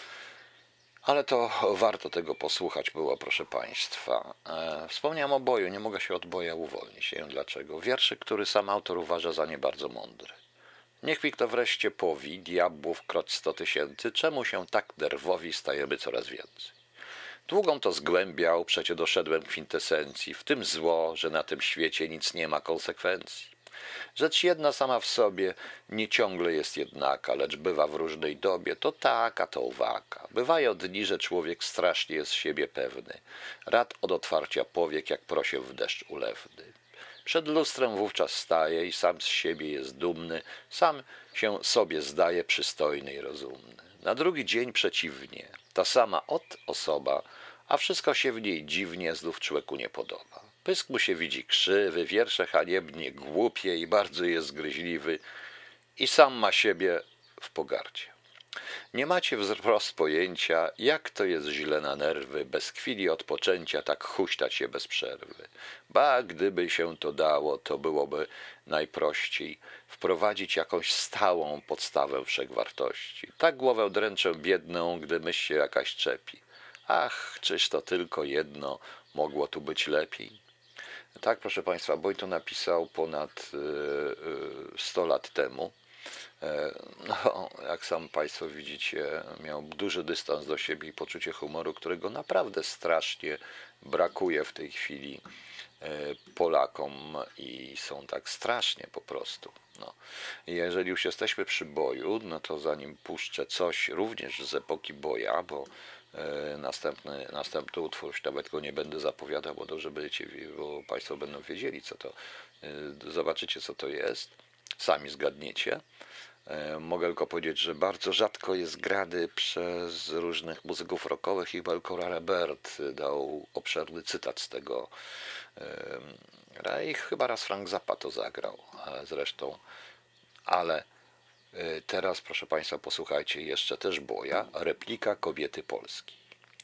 Ale to warto tego posłuchać było, proszę Państwa. E, wspomniałem o boju, nie mogę się od boja uwolnić. Nie wiem dlaczego. Wierszyk, który sam autor uważa za nie bardzo mądry. Niech mi kto wreszcie powi, diabłów kroć sto tysięcy, czemu się tak nerwowi stajemy coraz więcej. Długą to zgłębiał, przecie doszedłem kwintesencji, w tym zło, że na tym świecie nic nie ma konsekwencji. Rzecz jedna sama w sobie nie ciągle jest jednaka, lecz bywa w różnej dobie to taka, to owaka. Bywają dni, że człowiek strasznie jest siebie pewny, rad od otwarcia powiek, jak prosiew w deszcz ulewny. Przed lustrem wówczas staje i sam z siebie jest dumny, sam się sobie zdaje przystojny i rozumny. Na drugi dzień przeciwnie, ta sama od osoba, a wszystko się w niej dziwnie znów człowieku nie podoba. Pysk mu się widzi krzywy, wiersze haniebnie głupie i bardzo jest gryźliwy i sam ma siebie w pogardzie. Nie macie wprost pojęcia, jak to jest źle na nerwy, bez chwili odpoczęcia tak huśtać się bez przerwy. Ba, gdyby się to dało, to byłoby najprościej wprowadzić jakąś stałą podstawę wszechwartości. Tak głowę dręczę biedną, gdy myśl się jakaś czepi. Ach, czyż to tylko jedno mogło tu być lepiej? Tak, proszę Państwa, Boy to napisał ponad sto lat temu. No, jak sam Państwo widzicie, miał duży dystans do siebie i poczucie humoru, którego naprawdę strasznie brakuje w tej chwili Polakom i są tak strasznie po prostu. No. Jeżeli już jesteśmy przy Boyu, no to zanim puszczę coś również z epoki Boya, bo Następny, następny utwór, już nawet go nie będę zapowiadał, bo dobrze będziecie, bo Państwo będą wiedzieli, co to, zobaczycie, co to jest, sami zgadniecie. Mogę tylko powiedzieć, że bardzo rzadko jest grany przez różnych muzyków rockowych i Belcora Rebert dał obszerny cytat z tego. I chyba raz Frank Zappa to zagrał zresztą, ale teraz, proszę Państwa, posłuchajcie jeszcze też Boya, replika Kobiety Polski.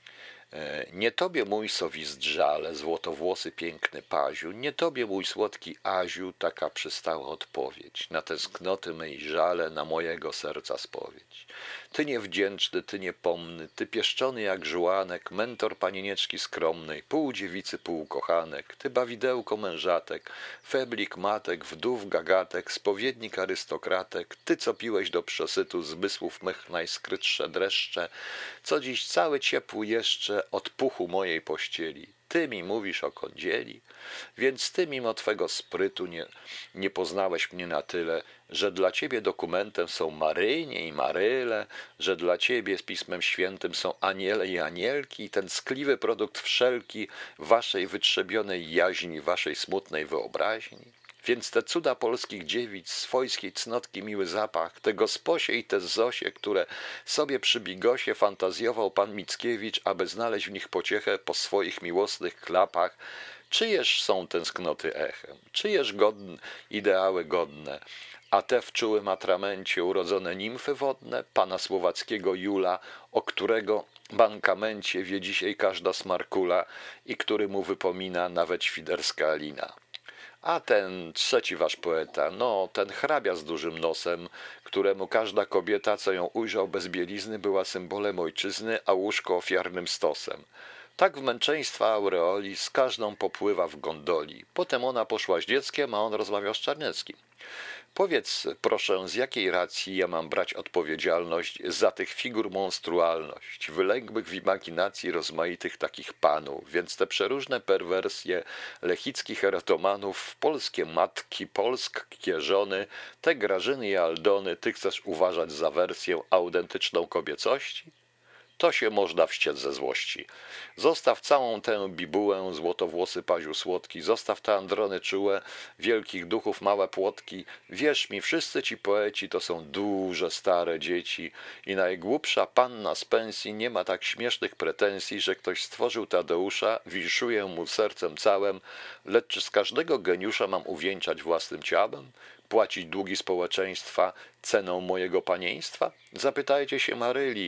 Nie tobie mój sowizdrzale, złotowłosy piękny Paziu, nie tobie mój słodki Aziu, taka przystała odpowiedź, na tęsknoty mej żale, na mojego serca spowiedź. Ty niewdzięczny, ty niepomny, ty pieszczony jak żułanek, mentor panienieczki skromnej, pół dziewicy, pół kochanek, ty bawidełko mężatek, feblik matek, wdów gagatek, spowiednik arystokratek, ty co piłeś do przesytu zmysłów mych najskrytsze dreszcze, co dziś cały ciepły jeszcze od puchu mojej pościeli. Ty mi mówisz o kądzieli, więc ty mimo twego sprytu nie, nie poznałeś mnie na tyle, że dla ciebie dokumentem są Marynie i Maryle, że dla ciebie z Pismem Świętym są aniele i anielki i ten tkliwy produkt wszelki waszej wytrzebionej jaźni, waszej smutnej wyobraźni. Więc te cuda polskich dziewic, swojskiej cnotki miły zapach, te gosposie i te zosie, które sobie przy bigosie fantazjował pan Mickiewicz, aby znaleźć w nich pociechę po swoich miłosnych klapach, czyjeż są tęsknoty echem, czyjeż godne, ideały godne, a te w czułym atramencie urodzone nimfy wodne, pana słowackiego Jula, o którego bankamencie wie dzisiaj każda smarkula i który mu wypomina nawet świderska Alina. A ten trzeci wasz poeta, no ten hrabia z dużym nosem, któremu każda kobieta, co ją ujrzał bez bielizny, była symbolem ojczyzny, a łóżko ofiarnym stosem. Tak w męczeństwa aureoli z każdą popływa w gondoli. Potem ona poszła z dzieckiem, a on rozmawiał z Czarneckim. Powiedz, proszę, z jakiej racji ja mam brać odpowiedzialność za tych figur monstrualność, wylęgłych w imaginacji rozmaitych takich panów, więc te przeróżne perwersje lechickich erotomanów, polskie matki, polskie żony, te Grażyny i Aldony, ty chcesz uważać za wersję autentyczną kobiecości? To się można wściec ze złości. Zostaw całą tę bibułę, złotowłosy Paziu słodki, zostaw te androny czułe, wielkich duchów małe płotki. Wierz mi, wszyscy ci poeci to są duże, stare dzieci i najgłupsza panna z pensji nie ma tak śmiesznych pretensji, że ktoś stworzył Tadeusza, winszuję mu sercem całym, lecz czy z każdego geniusza mam uwieńczać własnym ciałem? Płacić długi społeczeństwa ceną mojego panieństwa? Zapytajcie się Maryli,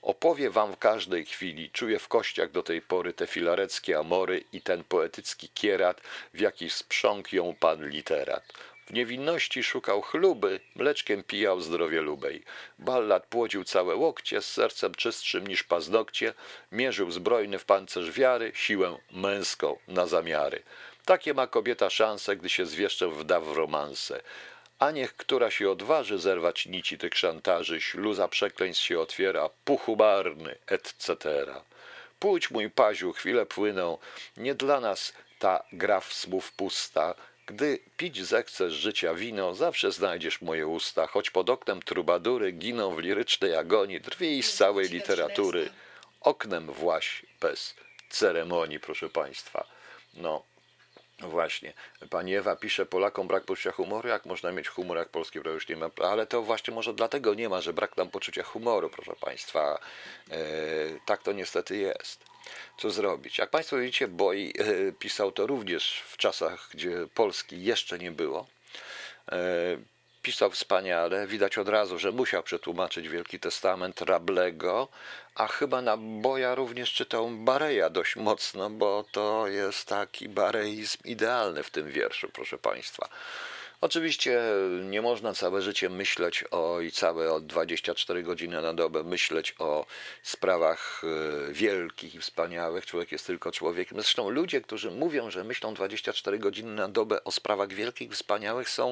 Opowie wam w każdej chwili, czuję w kościach do tej pory te filareckie amory i ten poetycki kierat, w jaki sprząk ją pan literat. W niewinności szukał chluby, mleczkiem pijał zdrowie lubej. Ballad płodził całe łokcie, z sercem czystszym niż paznokcie, mierzył zbrojny w pancerz wiary, siłę męską na zamiary. Takie ma kobieta szanse, gdy się zwieszczę wda w romanse. A niech która się odważy zerwać nici tych szantaży, śluza przekleństw się otwiera, puchu marny, et cetera. Pójdź, mój paziu, chwile płyną, nie dla nas ta gra w słów pusta. Gdy pić zechcesz życia wino, zawsze znajdziesz moje usta, choć pod oknem trubadury giną w lirycznej agonii, drwij z całej literatury. Oknem właś bez ceremonii, proszę państwa. No. Właśnie, pani Ewa pisze, Polakom brak poczucia humoru, jak można mieć humor, jak polski prawo już nie ma, ale to właśnie może dlatego nie ma, że brak nam poczucia humoru, proszę państwa, e, tak to niestety jest. Co zrobić? Jak państwo widzicie, Boi e, pisał to również w czasach, gdzie Polski jeszcze nie było. E, pisał wspaniale, widać od razu, że musiał przetłumaczyć Wielki Testament Rablego, a chyba na Boja również czytał Bareja dość mocno, bo to jest taki bareizm idealny w tym wierszu, proszę państwa. Oczywiście nie można całe życie myśleć o i całe od dwadzieścia cztery godziny na dobę myśleć o sprawach wielkich i wspaniałych. Człowiek jest tylko człowiekiem. Zresztą ludzie, którzy mówią, że myślą dwadzieścia cztery godziny na dobę o sprawach wielkich i wspaniałych, są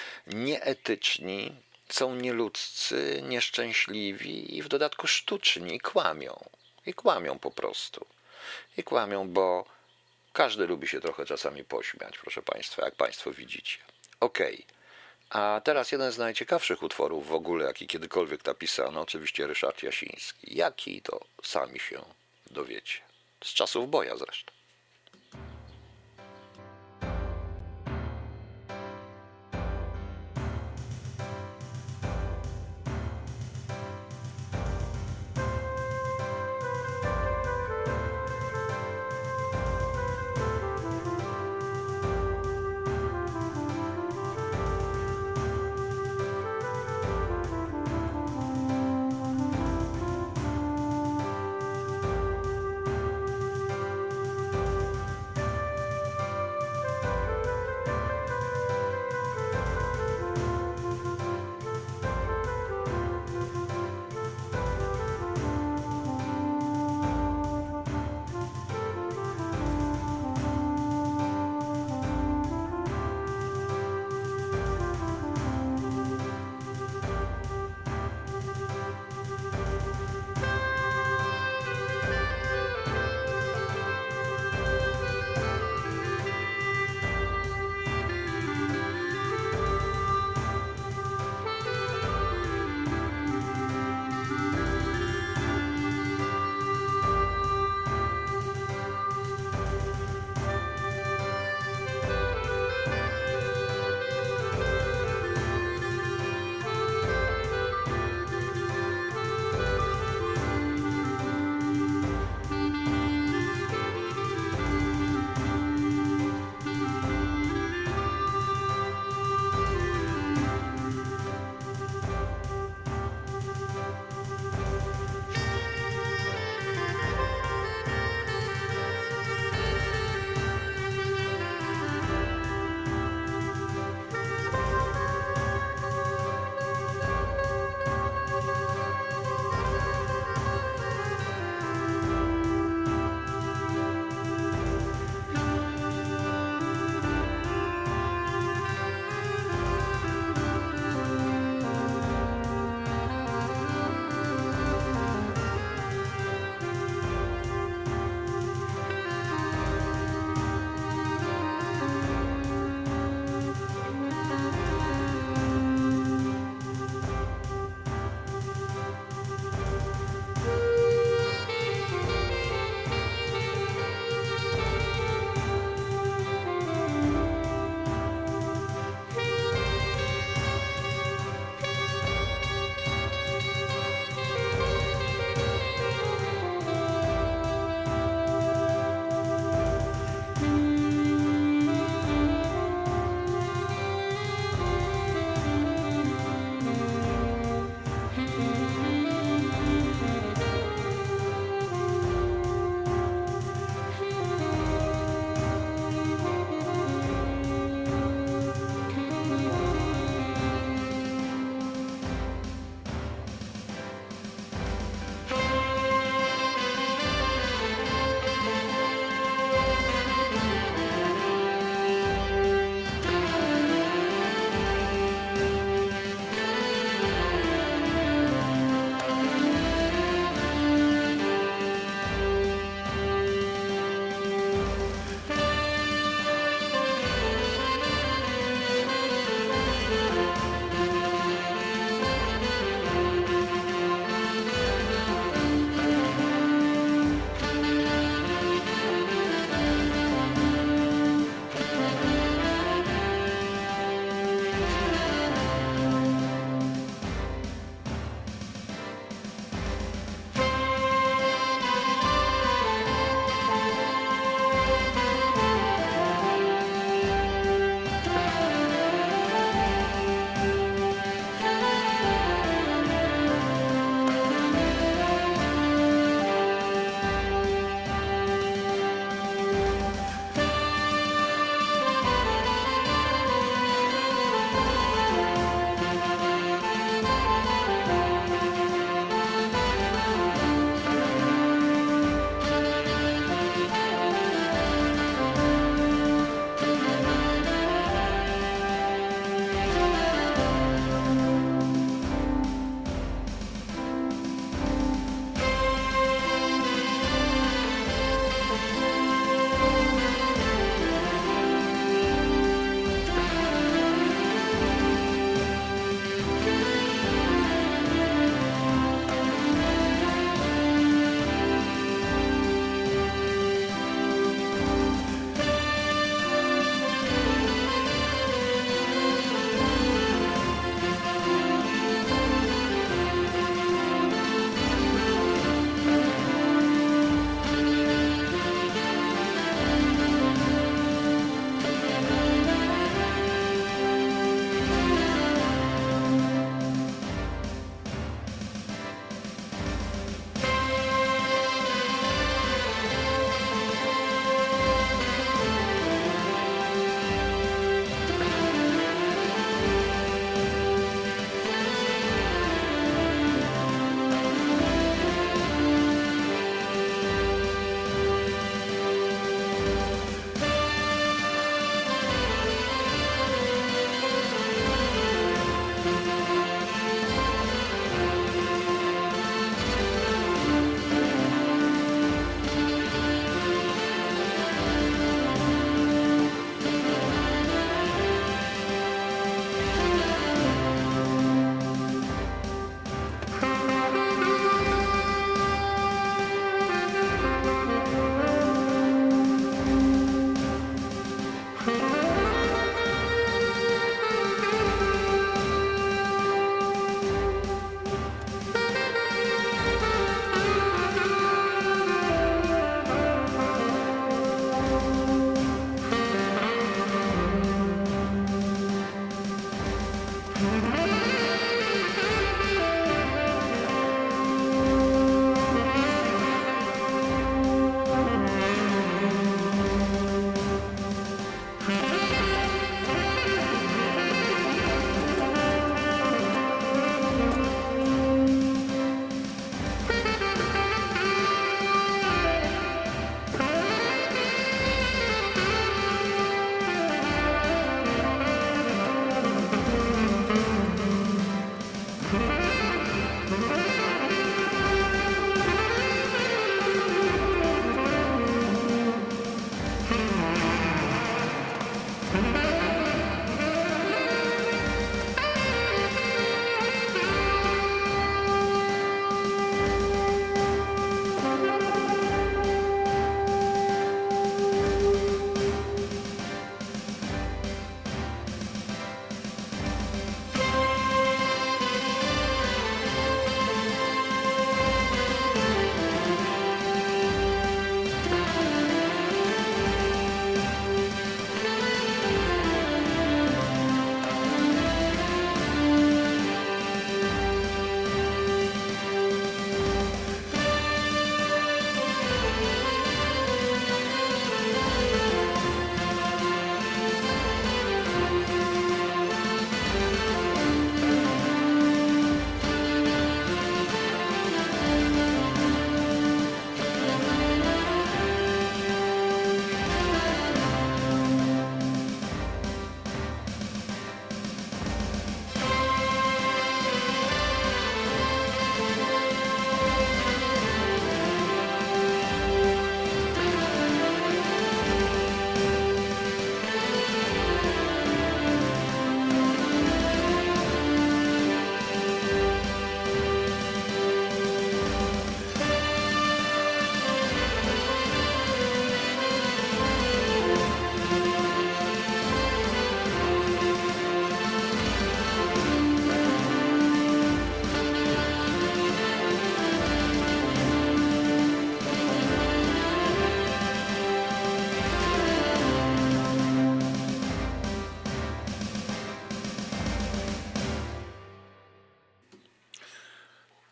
nieetyczni, są nieludzcy, nieszczęśliwi i w dodatku sztuczni, i kłamią. I kłamią po prostu. I kłamią, bo każdy lubi się trochę czasami pośmiać, proszę państwa, jak państwo widzicie. Okej. A teraz jeden z najciekawszych utworów w ogóle, jaki kiedykolwiek napisano, oczywiście Ryszard Jasiński. Jaki, to sami się dowiecie. Z czasów Boja zresztą.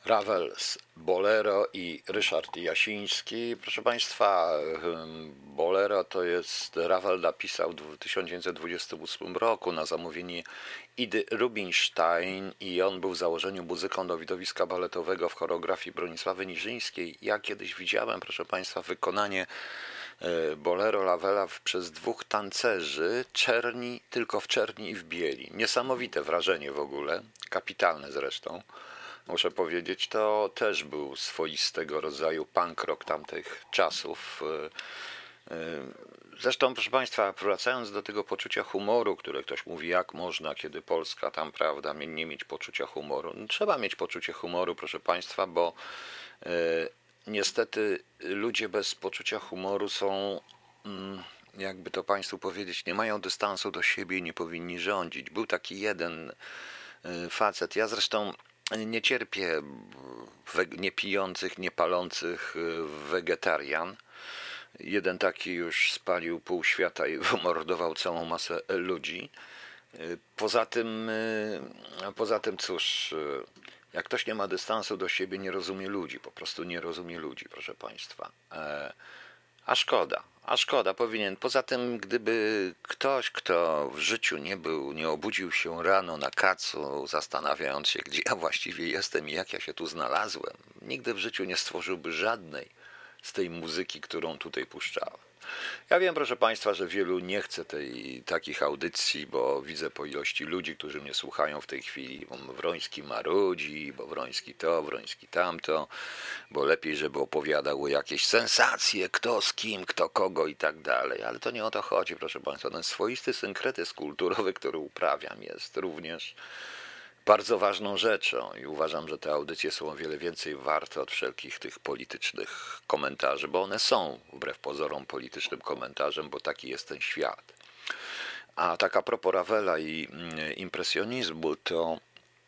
Ravels, Bolero i Ryszard Jasiński. Proszę Państwa, Bolero to jest, Ravel napisał w tysiąc dziewięćset dwudziestym ósmym roku na zamówienie Idy Rubinstein i on był w założeniu muzyką do widowiska baletowego w choreografii Bronisławy Niżyńskiej. Ja kiedyś widziałem, proszę Państwa, wykonanie Bolero Ravela przez dwóch tancerzy, czerni, tylko w czerni i w bieli. Niesamowite wrażenie w ogóle, kapitalne zresztą. Muszę powiedzieć, to też był swoistego rodzaju punk rock tamtych czasów. Zresztą, proszę Państwa, wracając do tego poczucia humoru, które ktoś mówi, jak można, kiedy Polska tam, prawda, nie mieć poczucia humoru. No, trzeba mieć poczucie humoru, proszę Państwa, bo y, niestety ludzie bez poczucia humoru są, y, jakby to Państwu powiedzieć, nie mają dystansu do siebie i nie powinni rządzić. Był taki jeden y, facet, ja zresztą nie cierpię niepijących, niepalących wegetarian. Jeden taki już spalił pół świata i wymordował całą masę ludzi. Poza tym, poza tym cóż, jak ktoś nie ma dystansu do siebie, nie rozumie ludzi, po prostu nie rozumie ludzi, proszę Państwa. A szkoda, a szkoda, powinien. Poza tym, gdyby ktoś, kto w życiu nie był, nie obudził się rano na kacu, zastanawiając się, gdzie ja właściwie jestem i jak ja się tu znalazłem, nigdy w życiu nie stworzyłby żadnej z tej muzyki, którą tutaj puszczałem. Ja wiem, proszę Państwa, że wielu nie chce tej, takich audycji, bo widzę po ilości ludzi, którzy mnie słuchają w tej chwili, bo Wroński marudzi, bo Wroński to, Wroński tamto, bo lepiej, żeby opowiadał o jakieś sensacje, kto z kim, kto kogo i tak dalej. Ale to nie o to chodzi, proszę Państwa. Ten swoisty synkretyzm kulturowy, który uprawiam, jest również bardzo ważną rzeczą i uważam, że te audycje są o wiele więcej warte od wszelkich tych politycznych komentarzy, bo one są wbrew pozorom politycznym komentarzem, bo taki jest ten świat. A tak a propos Ravela i impresjonizmu, to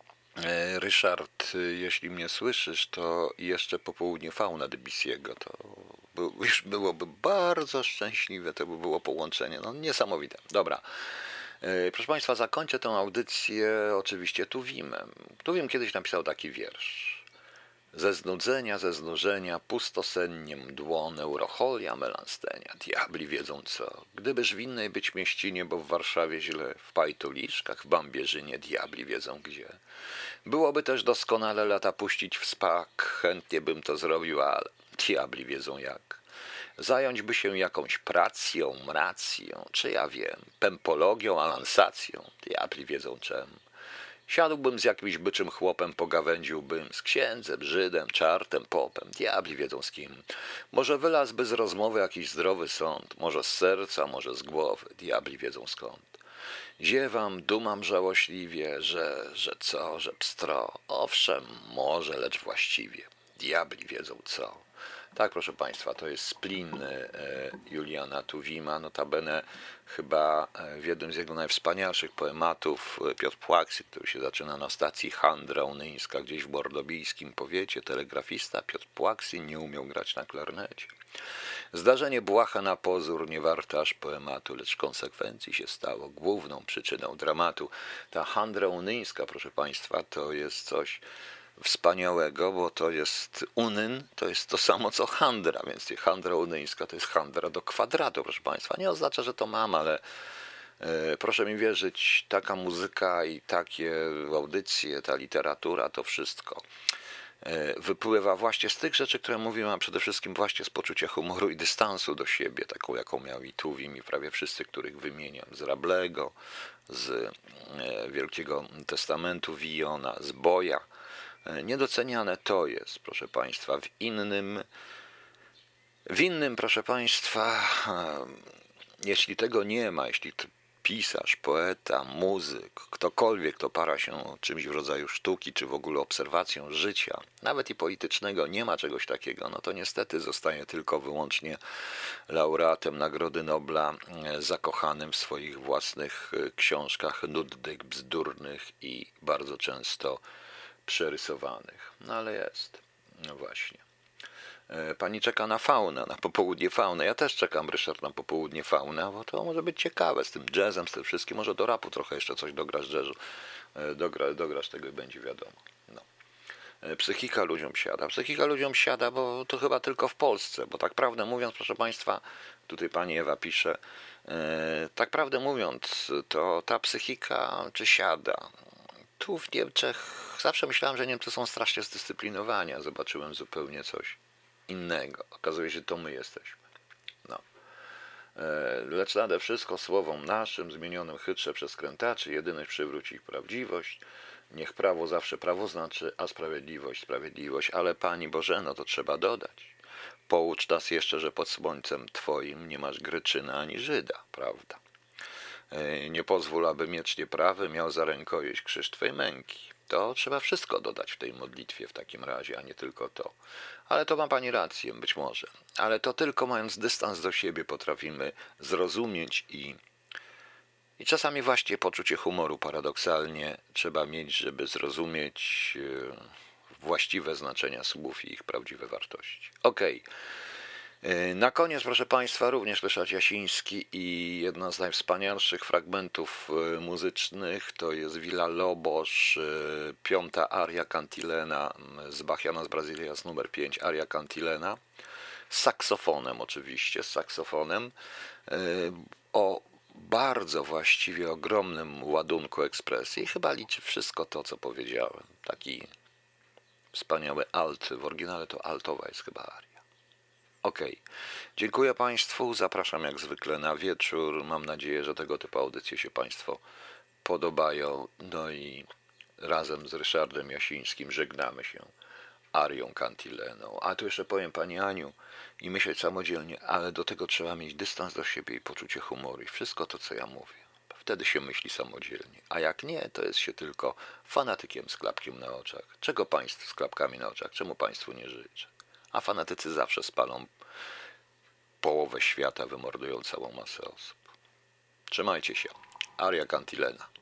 Ryszard, jeśli mnie słyszysz, to jeszcze popołudnie Fauna Debussy'ego, to już byłoby bardzo szczęśliwe, to by było połączenie, no niesamowite. Dobra. Proszę Państwa, zakończę tę audycję oczywiście Tuwimem. Tuwim kiedyś napisał taki wiersz. Ze znudzenia, ze znużenia, pustosennie mdło, neurocholia, melanstenia. Diabli wiedzą co. Gdybyż w innej być mieścinie, bo w Warszawie źle, w Pajtuliszkach, w Bambierzynie, diabli wiedzą gdzie. Byłoby też doskonale lata puścić w spak, chętnie bym to zrobił, ale diabli wiedzą jak. Zająć by się jakąś pracją, mracją, czy ja wiem, pempologią, alansacją, diabli wiedzą czem. Siadłbym z jakimś byczym chłopem, pogawędziłbym z księdzem, Żydem, czartem, popem, diabli wiedzą z kim. Może wylazłby z rozmowy jakiś zdrowy sąd, może z serca, może z głowy, diabli wiedzą skąd. Ziewam, dumam żałośliwie, że, że co, że pstro, owszem, może, lecz właściwie, diabli wiedzą co. Tak, proszę Państwa, to jest splin Juliana Tuwima, notabene chyba w jednym z jego najwspanialszych poematów Piotr Płaksy, który się zaczyna na stacji Handra Unyńska, gdzieś w mordobijskim powiecie, telegrafista Piotr Płaksy nie umiał grać na klarnecie. Zdarzenie błaha na pozór, nie warte aż poematu, lecz w konsekwencji się stało główną przyczyną dramatu. Ta Handra Unyńska, proszę Państwa, to jest coś wspaniałego, bo to jest unyn, to jest to samo co handra, więc handra unyńska to jest handra do kwadratu, proszę Państwa. Nie oznacza, że to mam, ale e, proszę mi wierzyć, taka muzyka i takie audycje, ta literatura, to wszystko e, wypływa właśnie z tych rzeczy, które mówiłem, a przede wszystkim właśnie z poczucia humoru i dystansu do siebie, taką jaką miał i Tuwim i prawie wszyscy, których wymieniam, z Rablego, z e, Wielkiego Testamentu Villona, z Boya. Niedoceniane to jest, proszę Państwa, w innym, w innym, proszę Państwa, jeśli tego nie ma, jeśli pisarz, poeta, muzyk, ktokolwiek, kto para się czymś w rodzaju sztuki, czy w ogóle obserwacją życia, nawet i politycznego, nie ma czegoś takiego, no to niestety zostaje tylko wyłącznie laureatem Nagrody Nobla, zakochanym w swoich własnych książkach, nudnych, bzdurnych i bardzo często przerysowanych. No ale jest. No właśnie. Pani czeka na faunę, na popołudnie faunę. Ja też czekam, Ryszard, na popołudnie faunę, bo to może być ciekawe z tym jazzem, z tym wszystkim. Może do rapu trochę jeszcze coś dograsz jazzu. Dogra, dograsz tego i będzie wiadomo. No. Psychika ludziom siada. Psychika ludziom siada, bo to chyba tylko w Polsce, bo tak prawdę mówiąc, proszę Państwa, tutaj pani Ewa pisze, tak prawdę mówiąc, to ta psychika czy siada. Tu w Niemczech zawsze myślałem, że Niemcy są strasznie zdyscyplinowani, a zobaczyłem zupełnie coś innego. Okazuje się, że to my jesteśmy. No. Lecz nade wszystko słowom naszym, zmienionym chytrze przez krętaczy, jedyność przywróci ich prawdziwość. Niech prawo zawsze prawo znaczy, a sprawiedliwość sprawiedliwość. Ale Pani Bożeno, to trzeba dodać. Poucz nas jeszcze, że pod słońcem Twoim nie masz Greczyna ani Żyda, prawda? Nie pozwól, aby miecz nieprawy miał za rękojeść krzyż Twej męki. To trzeba wszystko dodać w tej modlitwie w takim razie, a nie tylko to. Ale to ma Pani rację, być może. Ale to tylko mając dystans do siebie potrafimy zrozumieć i... I czasami właśnie poczucie humoru paradoksalnie trzeba mieć, żeby zrozumieć właściwe znaczenia słów i ich prawdziwe wartości. Okej. Okay. Na koniec, proszę Państwa, również Ryszard Jasiński i jedna z najwspanialszych fragmentów muzycznych to jest Villa Lobos, piąta aria Cantilena z Bachiana z Brazylias numer pięć, aria Cantilena, z saksofonem oczywiście, z saksofonem, o bardzo właściwie ogromnym ładunku ekspresji. Chyba liczy wszystko to, co powiedziałem. Taki wspaniały alt, w oryginale to altowa jest chyba aria. Okej. Okay. Dziękuję Państwu, zapraszam jak zwykle na wieczór. Mam nadzieję, że tego typu audycje się Państwu podobają. No i razem z Ryszardem Jasińskim żegnamy się arią Cantileną. A tu jeszcze powiem Pani Aniu, i myśleć samodzielnie, ale do tego trzeba mieć dystans do siebie i poczucie humoru i wszystko to, co ja mówię. Wtedy się myśli samodzielnie. A jak nie, to jest się tylko fanatykiem z klapkiem na oczach. Czego Państwu z klapkami na oczach? Czemu Państwu nie życzę? A fanatycy zawsze spalą połowę świata, wymordują całą masę osób. Trzymajcie się. Aria Cantilena.